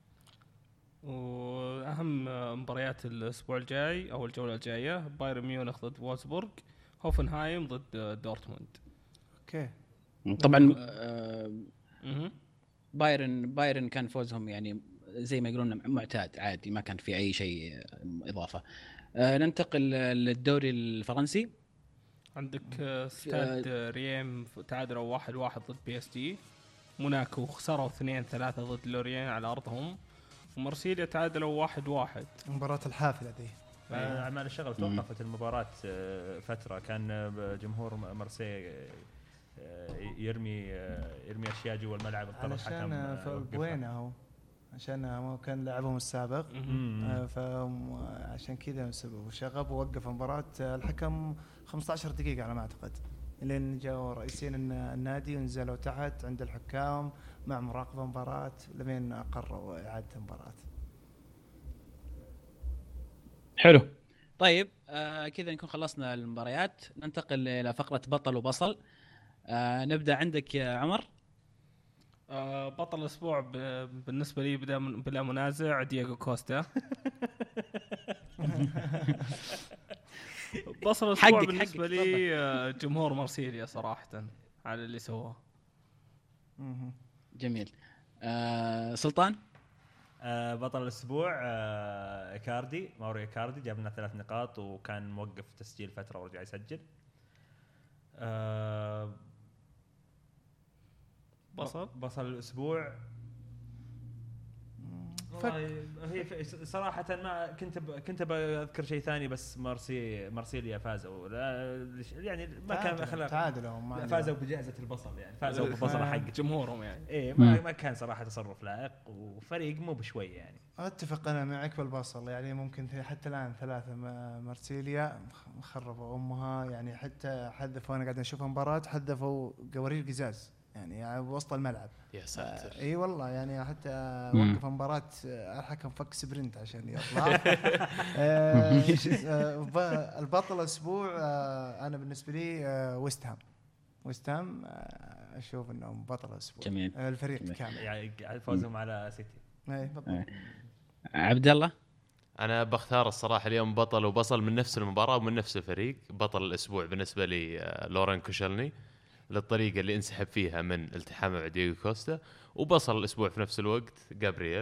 واهم مباريات الاسبوع الجاي او الجوله الجايه بايرن ميونخ ضد وولفسبورغ، هوفنهايم ضد دورتموند. اوكي طبعا آه بايرن بايرن كان فوزهم يعني زي ما يقولون معتاد عادي، ما كان في اي شيء اضافه. آه ننتقل للدوري الفرنسي. عندك ستاد ريم تعادلوا واحد واحد ضد بي اس جي. موناكو خسروا اثنين ثلاثة ضد لوريان على ارضهم. ومارسيليا تعادلوا واحد واحد. مباراة الحافلة دي أعمال الشغل توقفت المباراة فترة، كان جمهور مارسيليا يرمي يرمي أشياء جوا الملعب، اضطر الحكم عشان وين هو عشان ما كان لعبهم السابق، فعشان كذا سبب وشغب ووقف المباراة الحكم خمسة عشر دقيقة على ما أعتقد، لين جاءوا رئيسين النادي ونزلوا تحت عند الحكام مع مراقبة مباراة لمن أقروا إعادة المباراة. حلو. طيب آه كذا نكون خلصنا المباريات، ننتقل إلى فقرة بطل وبصل. آه نبدأ عندك يا عمر. آه بطل الأسبوع بالنسبة لي بدا بلا منازع دييغو كوستا. بصل الأسبوع حقك بالنسبة حقك لي جمهور مارسيليا صراحة على اللي سواه. جميل. آه سلطان. آه بطل الأسبوع آه إيكاردي، ماوريو إيكاردي، جاب لنا ثلاث نقاط وكان موقف تسجيل فترة ورجع يسجل. آه بصل بصل الأسبوع هي صراحة ما كنت ب... كنت بذكر شيء ثاني، بس مارسي مارسيليا فازوا يعني ما كان أخلاق تعادلوا، فازوا بجائزة البصل يعني، فازوا بالبصل حق جمهورهم يعني. إيه ما, ما كان صراحة تصرف لائق وفريق مو بشوي يعني. أتفق أنا معك بالبصل يعني، ممكن حتى الآن ثلاثة مارسيليا مخربوا أمها يعني، حتى حذفوا أنا قاعد أشوف مباراة حذفوا قوارير قزاز يعني وسط الملعب. يا ساتر. آه اي والله يعني حتى وقف مباراة الحكم فك سبرنت عشان يطلع. آه آه البطل الاسبوع آه انا بالنسبه لي آه ويست هام. ويست هام آه اشوف انهم بطل الاسبوع. جميل. آه الفريق جميل. كامل يعني فوزهم على سيتي. اي بالضبط. عبد الله. انا بختار الصراحه اليوم بطل وبصل من نفس المباراه ومن نفس الفريق. بطل الاسبوع بالنسبه لي لورين كوشلني للطريقة اللي انسحب فيها من التحامه مع دييغو كوستا، وبصل الأسبوع في نفس الوقت جابرييل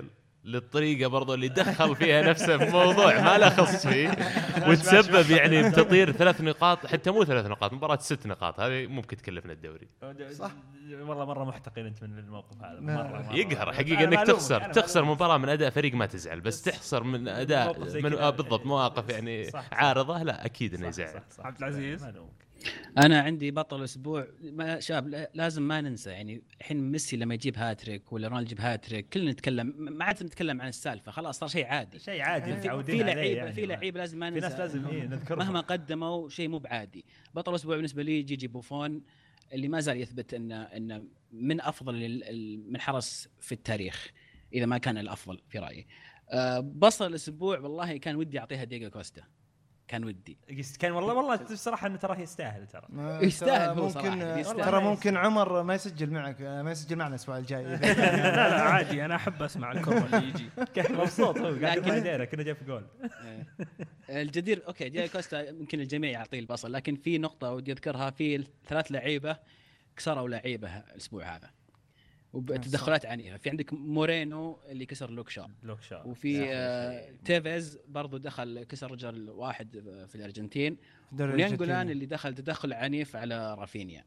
للطريقه برضو اللي دخل فيها نفسه في موضوع ما له خص فيه وتسبب يعني بتطير ثلاث نقاط حتى مو ثلاث نقاط مباراه ست نقاط هذه ممكن تكلفنا الدوري صح. والله مره محتقن انت من الموقف هذا مره, مرة يقهر حقيقه انك تخسر تخسر مباراه من اداء فريق ما تزعل بس تخسر من اداء من آه بالضبط مواقف يعني صح صح عارضه لا اكيد انه يزعل. عبد العزيز انا عندي بطل الاسبوع ما شاب لازم ما ننسى يعني الحين ميسي لما يجيب هاتريك ولا رونالدو يجيب هاتريك كلنا نتكلم ما عاد نتكلم عن السالفه خلاص صار شيء عادي شيء عادي متعودين عليه. في لعيبه يعني في لعيبه لازم ما ننسى لازم إيه نذكرهم مهما قدموا شيء مو بعادي. بطل الاسبوع بالنسبه لي جيجي بوفون اللي ما زال يثبت ان ان من افضل من حرس في التاريخ اذا ما كان الافضل في رايي. أه بصل الاسبوع والله كان ودي اعطيها دييغو كوستا كان ودي كان والله والله بصراحه انه ترى يستاهل ترى يستاهل ممكن ترى ممكن عمر ما يسجل معك ما يسجل معنا الاسبوع الجاي. لا لا عادي انا احب اسمع الكره اللي يجي كان مبسوط هو قاعد يدير كنا جاي في جول الجدير. اوكي دييغو كوستا يمكن الجميع يعطيه البصل لكن في نقطه ودي اذكرها في ثلاث لعيبه كسروا لعيبه الاسبوع هذا وبتدخلات عنيفه. في عندك مورينو اللي كسر لوكشا لوكشا وفي آه تيفيز برضو دخل كسر رجل واحد في الارجنتين ويانجولان اللي دخل تدخل عنيف على رافينيا.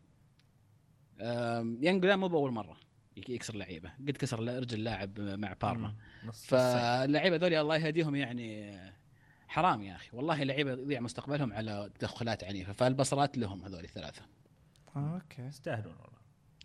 يانجولان مو باول مره يكسر لعيبه قد كسر رجل لاعب مع بارما. فاللعيبه ذولي الله يهديهم يعني حرام يا اخي والله لعيبه يضيع مستقبلهم على تدخلات عنيفه. فالبصرات لهم هذول الثلاثه. اوكي يستاهلون والله.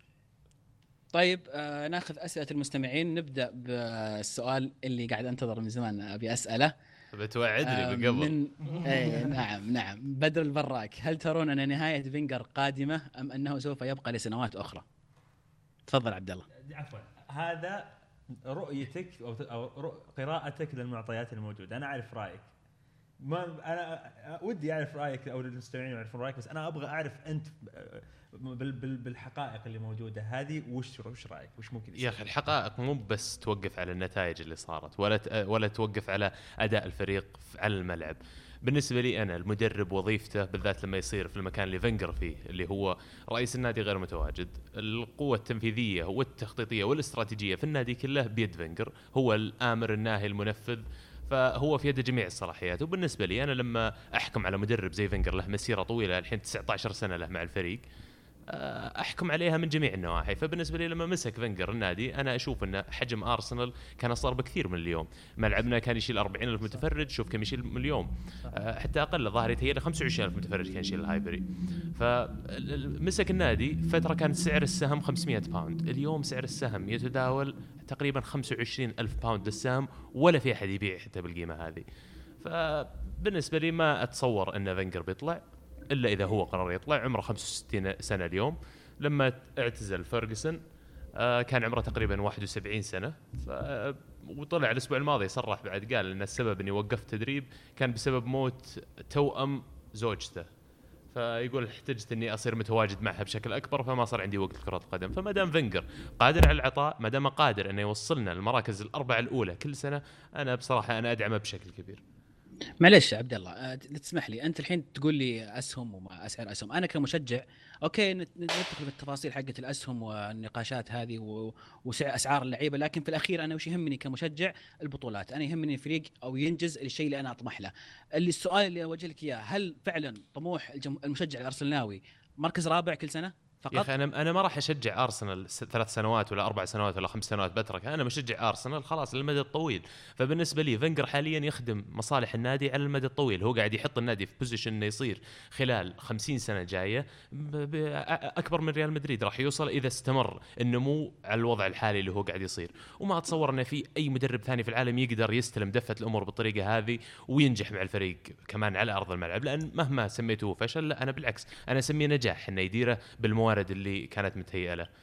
طيب آه ناخذ أسئلة المستمعين. نبدأ بالسؤال اللي قاعد أنتظر من زمان أبي أسأله. بتوعدني آه بقبل. أي نعم نعم بدر البراك هل ترون أن نهاية فينجر قادمة أم أنه سوف يبقى لسنوات أخرى؟ تفضل عبد الله. عفوا هذا رؤيتك أو قراءتك للمعطيات الموجودة. أنا أعرف رأيك ما أنا ودي أعرف رأيك أو المستمعين يعرفون رأيك بس أنا أبغى أعرف أنت بالحقائق اللي موجودة هذه وش وش رأيك وش ممكن يصير؟ يا أخي الحقائق مو بس توقف على النتائج اللي صارت ولا ولا توقف على أداء الفريق على الملعب. بالنسبة لي أنا المدرب وظيفته بالذات لما يصير في المكان اللي فينجر فيه اللي هو رئيس النادي غير متواجد القوة التنفيذية والتخطيطية والاستراتيجية في النادي كله بيد فينجر هو الآمر الناهي المنفذ فهو في يد جميع الصلاحيات. وبالنسبة لي أنا لما أحكم على مدرب زي فينجر له مسيرة طويلة الحين تسعة عشر سنة له مع الفريق أحكم عليها من جميع النواحي. فبالنسبة لي لما مسك فينجر النادي أنا أشوف أن حجم أرسنال كان صار بكثير من اليوم. ملعبنا كان يشيل أربعين ألف متفرج شوف كم يشيل من اليوم حتى أقل ظاهري تهيأ خمسة وعشرين ألف متفرج كان يشيل الهايبري. فمسك النادي فترة كان سعر السهم خمسمية باوند اليوم سعر السهم يتداول تقريبا خمسة وعشرين ألف باوند للسهم ولا في أحد يبيع حتى بالقيمة هذه. فبالنسبة لي ما أتصور أن فينجر بيطلع إلا إذا هو قرر يطلع. عمره خمسة وستين سنة اليوم لما اعتزل فيرغسون آه كان عمره تقريبا واحد وسبعين سنة وطلع الأسبوع الماضي صرح بعد قال أن السبب أني وقفت تدريب كان بسبب موت توأم زوجته فيقول احتجت أني أصير متواجد معها بشكل أكبر فما صار عندي وقت كرة القدم. فما دام فينجر قادر على العطاء ما دام قادر أنه يوصلنا المراكز الأربعة الأولى كل سنة أنا بصراحة أنا أدعمه بشكل كبير. معلش عبد الله أه تسمح لي انت الحين تقول لي اسهم وما اسعار اسهم. انا كمشجع اوكي ندخل بالتفاصيل حقه الاسهم والنقاشات هذه واسعار اللعيبه لكن في الاخير انا وش يهمني كمشجع البطولات. انا يهمني الفريق او ينجز الشيء اللي انا اطمح له. اللي السؤال اللي اوجه لك اياه هل فعلا طموح المشجع الارسناوي مركز رابع كل سنه فقط؟ يا أخي أنا أنا ما راح أشجع أرسنال ثلاث سنوات ولا أربع سنوات ولا خمس سنوات بترك. أنا مشجع أرسنال خلاص للمدى الطويل. فبالنسبة لي فينجر حاليا يخدم مصالح النادي على المدى الطويل. هو قاعد يحط النادي في بوزيشن إنه يصير خلال خمسين سنة جاية أكبر من ريال مدريد راح يوصل إذا استمر النمو على الوضع الحالي اللي هو قاعد يصير. وما أتصور أن في أي مدرب ثاني في العالم يقدر يستلم دفة الأمور بالطريقة هذه وينجح مع الفريق كمان على أرض الملعب. لأن مهما سميته فشل لا أنا بالعكس أنا أسميه نجاح إنه يديره بالموارد اللي كانت متهيئة له.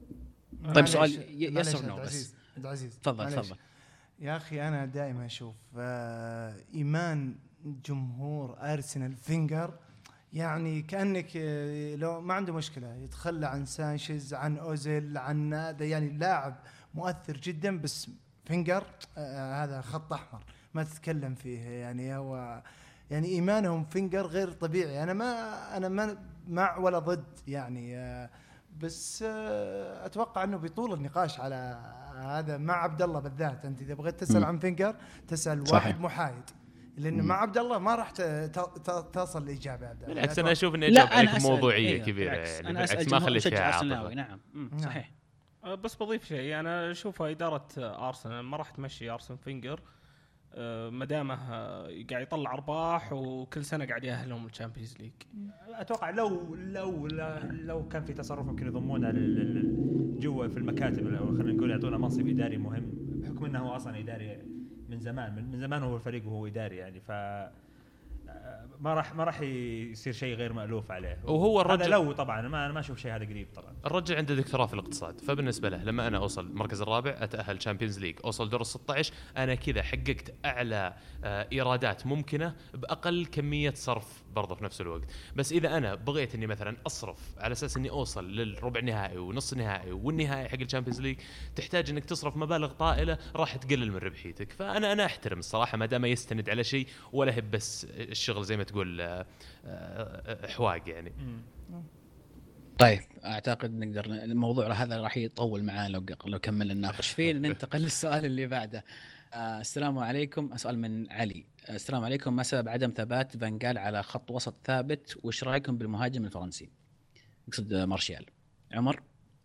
طيب سؤال يسر نو بس عبد العزيز تفضل تفضل. يا أخي أنا دائما أشوف آه إيمان جمهور أرسنال فينجر يعني كأنك آه لو ما عنده مشكلة يتخلى عن سانشيز عن أوزيل عن هذا يعني لاعب مؤثر جدا بس فينجر آه هذا خط أحمر ما تتكلم فيه. يعني هو يعني إيمانهم فينجر غير طبيعي. أنا ما أنا ما مع ولا ضد يعني آه بس آه، اتوقع انه بيطول النقاش على هذا مع عبد الله بالذات. انت اذا بغيت تسال مم. عن فينجر تسال صحيح. واحد محايد، لانه مم. مع عبد الله ما راح ت- ت- تصل الاجابه. عبد الله بالعكس انا اشوف اني لا اجاوب عليكم أسأل. موضوعيه أيوه، كبيره بالعكس. يعني انا بالعكس اسال ما جمهور خليت فيها مشجع ارسناوي. عاطفه. نعم. مم. نعم. صحيح. أه، بس بضيف شيء، انا اشوف اداره ارسنال ما راح تمشي ارسن فينجر أه، ما دامه أه، قاعد يطلع ارباح وكل سنه قاعد يأهلهم الشامبيونز ليج. اتوقع لو لو لو كان في تصرف ممكن يضمونه لل- لل- جوا في المكاتب، او خلينا نقول يعطونا منصب اداري مهم، بحكم انه هو اصلا اداري من زمان من من زمان هو الفريق وهو اداري يعني، ف ما راح ما راح يصير شيء غير مألوف عليه. وهو هذا الرجل- لو طبعا ما انا ما اشوف شيء هذا قريب طبعا. الرجل عنده دكتوراه في الاقتصاد، فبالنسبه له لما انا اوصل المركز الرابع اتاهل تشامبيونز ليج، اوصل دور ستة عشر، انا كذا حققت اعلى آه، ايرادات ممكنه باقل كميه صرف برضه في نفس الوقت. بس اذا انا بغيت اني مثلا اصرف على اساس اني اوصل للربع النهائي ونص النهائي والنهائي حق الشامبيونز ليج، تحتاج انك تصرف مبالغ طائله راح تقلل من ربحيتك. فانا انا احترم الصراحه ما دام يستند على شيء ولا هي بس الشغل زي ما تقول آه، آه، حواق يعني. طيب اعتقد نقدر الموضوع هذا راح يطول معاه لو لو كملنا نناقش فيه. ننتقل للسؤال اللي بعده. آه السلام عليكم. سؤال من علي. آه السلام عليكم، ما سبب عدم ثبات فانجال على خط وسط ثابت؟ وش رايكم بالمهاجم الفرنسي؟ يقصد مارشال. عمر.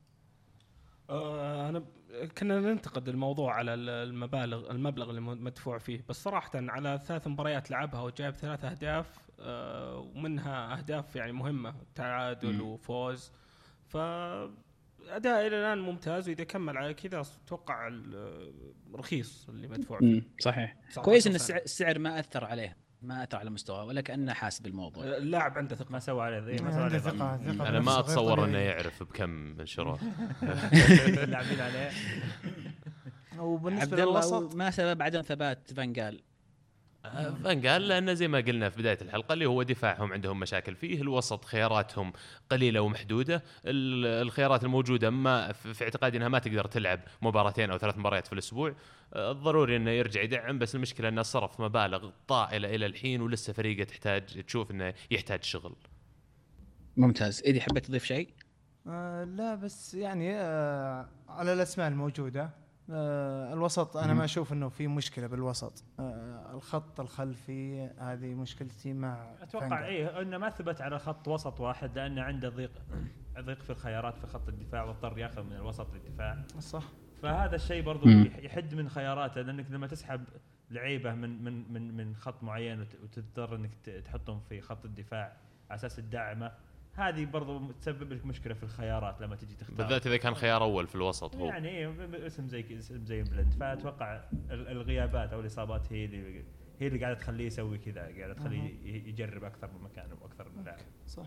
أه، انا ب- كنا ننتقد الموضوع على ال- المبالغ المبلغ اللي مدفوع فيه، بس صراحه على ثلاث مباريات لعبها وجايب ثلاث اهداف أه، ومنها اهداف يعني مهمه، تعادل مم. وفوز، فأداء الى الان ممتاز. واذا كمل على كذا اتوقع ال- رخيص اللي مدفوع فيه. مم. صحيح. تسعة عشر كويس ان سنة. السعر, السعر ما اثر عليه، ما اثر على مستواه، ولا كانه حاسب الموضوع. أه، اللاعب عنده ثقه. ما سوى عليه إيه، ما سوى عنده عليه ثقة ضغط. ثقة انا بنفسه ما غير اتصور انه طبيعية. يعرف بكم من شروه. اللاعبين عليه. وبالنسبة عبد الله، للوسط ما سبب عدم ثبات فانجال؟ فانقال لأن زي ما قلنا في بداية الحلقة اللي هو دفاعهم عندهم مشاكل فيه، الوسط خياراتهم قليلة ومحدودة، ال- الخيارات الموجودة ما في اعتقادي أنها ما تقدر تلعب مباراتين أو ثلاث مباريات في الأسبوع. آه، الضروري أنه يرجع يدعم، بس المشكلة أنه صرف مبالغ طائلة إلى الحين ولسه فريقه تحتاج تشوف أنه يحتاج شغل. ممتاز. إيدي حبيت تضيف شيء؟ آه لا بس يعني آه على الاسماء الموجوده آه الوسط انا مم. ما اشوف انه في مشكله بالوسط. آه الخط الخلفي هذه مشكلتي مع اتوقع فانجال. ايه انه ما ثبت على خط وسط واحد لانه عنده ضيق ضيق في الخيارات في خط الدفاع، واضطر ياخذ من الوسط للدفاع. صح. فهذا الشيء برضو مم. يح- يحد من خياراته، لانك لما تسحب لعيبه من من من من خط معين وت- وتضطر انك ت- تحطهم في خط الدفاع على اساس الداعمه، هذه برضو تسبب لك مشكله في الخيارات لما تجي تختار. بالذات إذا كان خيار أول في الوسط هو. يعني إيه، ب- ب- اسم زي ك- اسم زي بلند. فاتوقع ال- الغيابات او الاصابات هي اللي هي اللي قاعده تخليه يسوي كذا، قاعده تخليه ي- يجرب اكثر من مكان واكثر من لاعب. صح.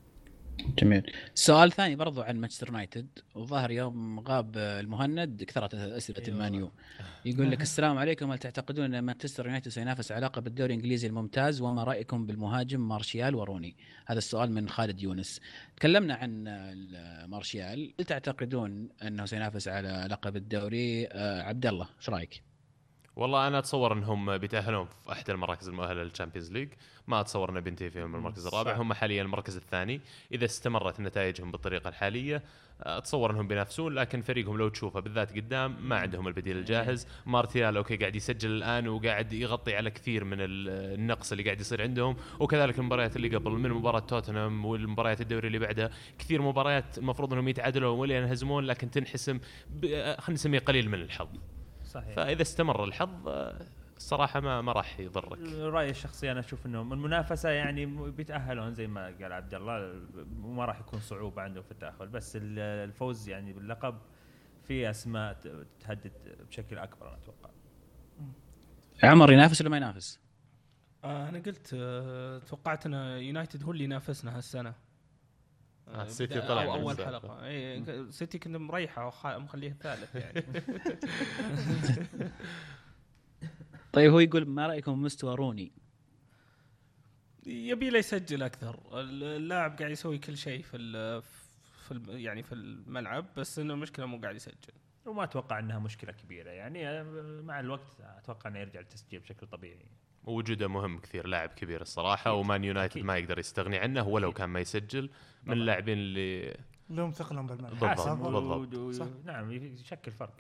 جميل. سؤال ثاني برضو عن مانشستر يونايتد، وظهر يوم غاب المهند كثرت اسئله أيوة. المانيو. يقول لك السلام عليكم، هل تعتقدون ان مانشستر يونايتد سينافس علاقه بالدوري الانجليزي الممتاز؟ وما رايكم بالمهاجم مارشال وروني؟ هذا السؤال من خالد يونس. تكلمنا عن مارشال، هل تعتقدون انه سينافس على لقب الدوري؟ آه عبد الله ايش رايك؟ والله أنا أتصور أنهم بيتأهلون في أحد المراكز المؤهلة للشامبيونز ليج، ما أتصور أنه بينتهي فيهم المركز الرابع. هم حاليا المركز الثاني، إذا استمرت نتائجهم بالطريقة الحالية أتصور أنهم بينافسون. لكن فريقهم لو تشوفه بالذات قدام ما عندهم البديل الجاهز. مارتيال أوكي قاعد يسجل الآن وقاعد يغطي على كثير من النقص اللي قاعد يصير عندهم، وكذلك المباريات اللي قبل من مباراة توتنهام والمباريات الدوري اللي بعدها، كثير مباريات المفروض أنهم يتعادلون ولا ينهزمون لكن تنحسم ب- خلينا نسميه قليل من الحظ. صحيح. فاذا استمر الحظ آه، الصراحه ما ما راح يضرك. رايي الشخصي انا اشوف انه من المنافسه يعني بيتاهلون زي ما قال عبد الله، وما راح يكون صعوبه عندهم في التاهل، بس ال- الفوز يعني باللقب في اسماء ت- تهدد بشكل اكبر انا اتوقع. عمر ينافس ولا ما ينافس؟ آه، انا قلت آه، توقعت ان يونايتد هو اللي ينافسنا هالسنه. آه، السيتي بدأ طلع أو من اول السابق. حلقه اي سيتي كنت مريحه ومخليه الثالث يعني. طيب هو يقول ما رايكم مستوى روني؟ يبي له يسجل اكثر. اللاعب قاعد يسوي كل شيء في ال في ال يعني في الملعب، بس انه المشكله مو قاعد يسجل. وما اتوقع انها مشكله كبيره يعني، مع الوقت اتوقع انه يرجع التسجيل بشكل طبيعي. ووجوده مهم كثير، لاعب كبير الصراحه، ومان يونايتد أكيد. ما يقدر يستغني عنه ولو كان ما يسجل. من طبعاً. اللاعبين اللي لهم ثقلهم بالملعب. بالضبط حاسم بالضبط. و- و- صح. نعم يشكل فرق.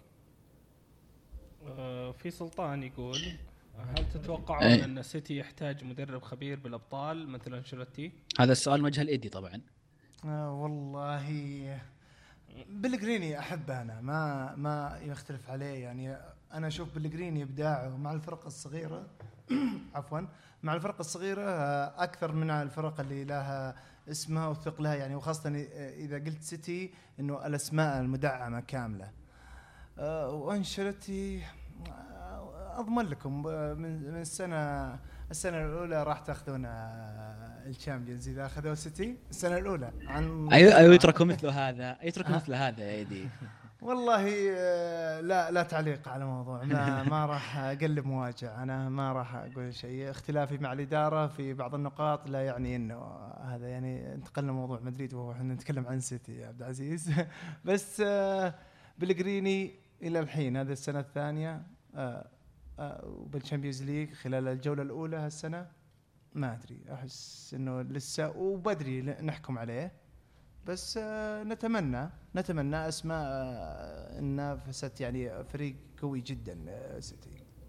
آه، في سلطان يقول هل تتوقعون أي. ان سيتي يحتاج مدرب خبير بالابطال مثل انشيلوتي؟ هذا السؤال موجه لإيدي طبعا. آه والله بلغريني احبه انا ما ما يختلف عليه يعني. انا اشوف بلغريني ابداعه مع الفرق الصغيره عفوا مع الفرق الصغيره آه، اكثر من الفرق اللي لها اسمها وثقلها يعني. وخاصه اذا قلت سيتي انه الاسماء المدعمه كامله. آه، وانشيلوتي آه، اضمن لكم آه، من من السنه السنه الاولى راح تاخذون آه، الشامبيونز اذا اخذوا سيتي السنه الاولى عن ايوه ايوه يتركوا مثل هذا يتركوا مثل هذا يا ايدي. والله آه، لا لا تعليق على الموضوع. ما ما راح اقلب مواجع. انا ما راح اقول شيء. اختلافي مع الاداره في بعض النقاط لا يعني انه هذا يعني انتقلنا موضوع مدريد وهو احنا نتكلم عن سيتي يا عبد العزيز. بس آه، بلغريني الى الحين هذه السنه الثانيه آه، آه، وبالشامبيونز ليج خلال الجوله الاولى هالسنه ما ادري. احس انه لسه وبدري نحكم عليه. بس آه، نتمنى نتمنى اسماء آه، نافست يعني فريق قوي جدا آه، سيتي.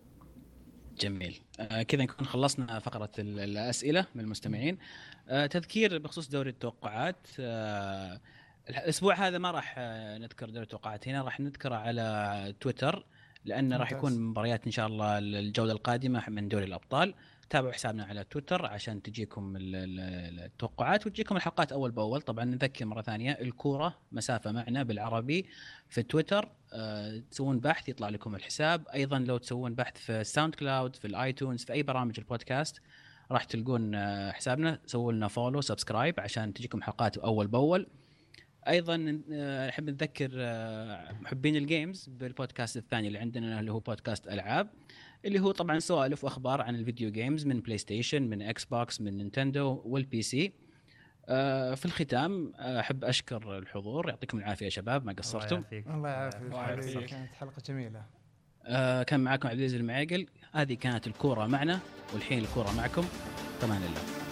جميل. آه كذا نكون خلصنا فقرة ال- الأسئلة من المستمعين. آه تذكير بخصوص دوري التوقعات. آه الأسبوع هذا ما راح آه نذكر دوري التوقعات هنا، راح نذكره على تويتر لأن راح ممتاز. يكون مباريات إن شاء الله الجولة القادمة من دوري الأبطال. تابعوا حسابنا على تويتر عشان تجيكم ال- ال- التوقعات وتجيكم الحلقات أول بأول. طبعا نذكر مرة ثانية الكورة مسافة معنا بالعربي في تويتر. أه تسوون بحث يطلع لكم الحساب. أيضا لو تسوون بحث في ساوند كلاود في الآيتونز في أي برامج البودكاست راح تلقون أه حسابنا. سووا لنا فولو سبسكرايب عشان تجيكم حلقات أول بأول. ايضا أه نحب نذكر أه محبين الجيمز بالبودكاست الثاني اللي عندنا اللي هو بودكاست العاب، اللي هو طبعا سوالف واخبار عن الفيديو جيمز من بلاي ستيشن من اكس بوكس من نينتندو والبي سي. أه في الختام احب اشكر الحضور. يعطيكم العافيه يا شباب ما قصرتم. الله يعافيك الله يعافيك. حبيبي. كانت حلقه جميله. أه كان معكم عبد العزيز المعيقل. هذه كانت الكوره معنا والحين الكوره معكم. طمان الله.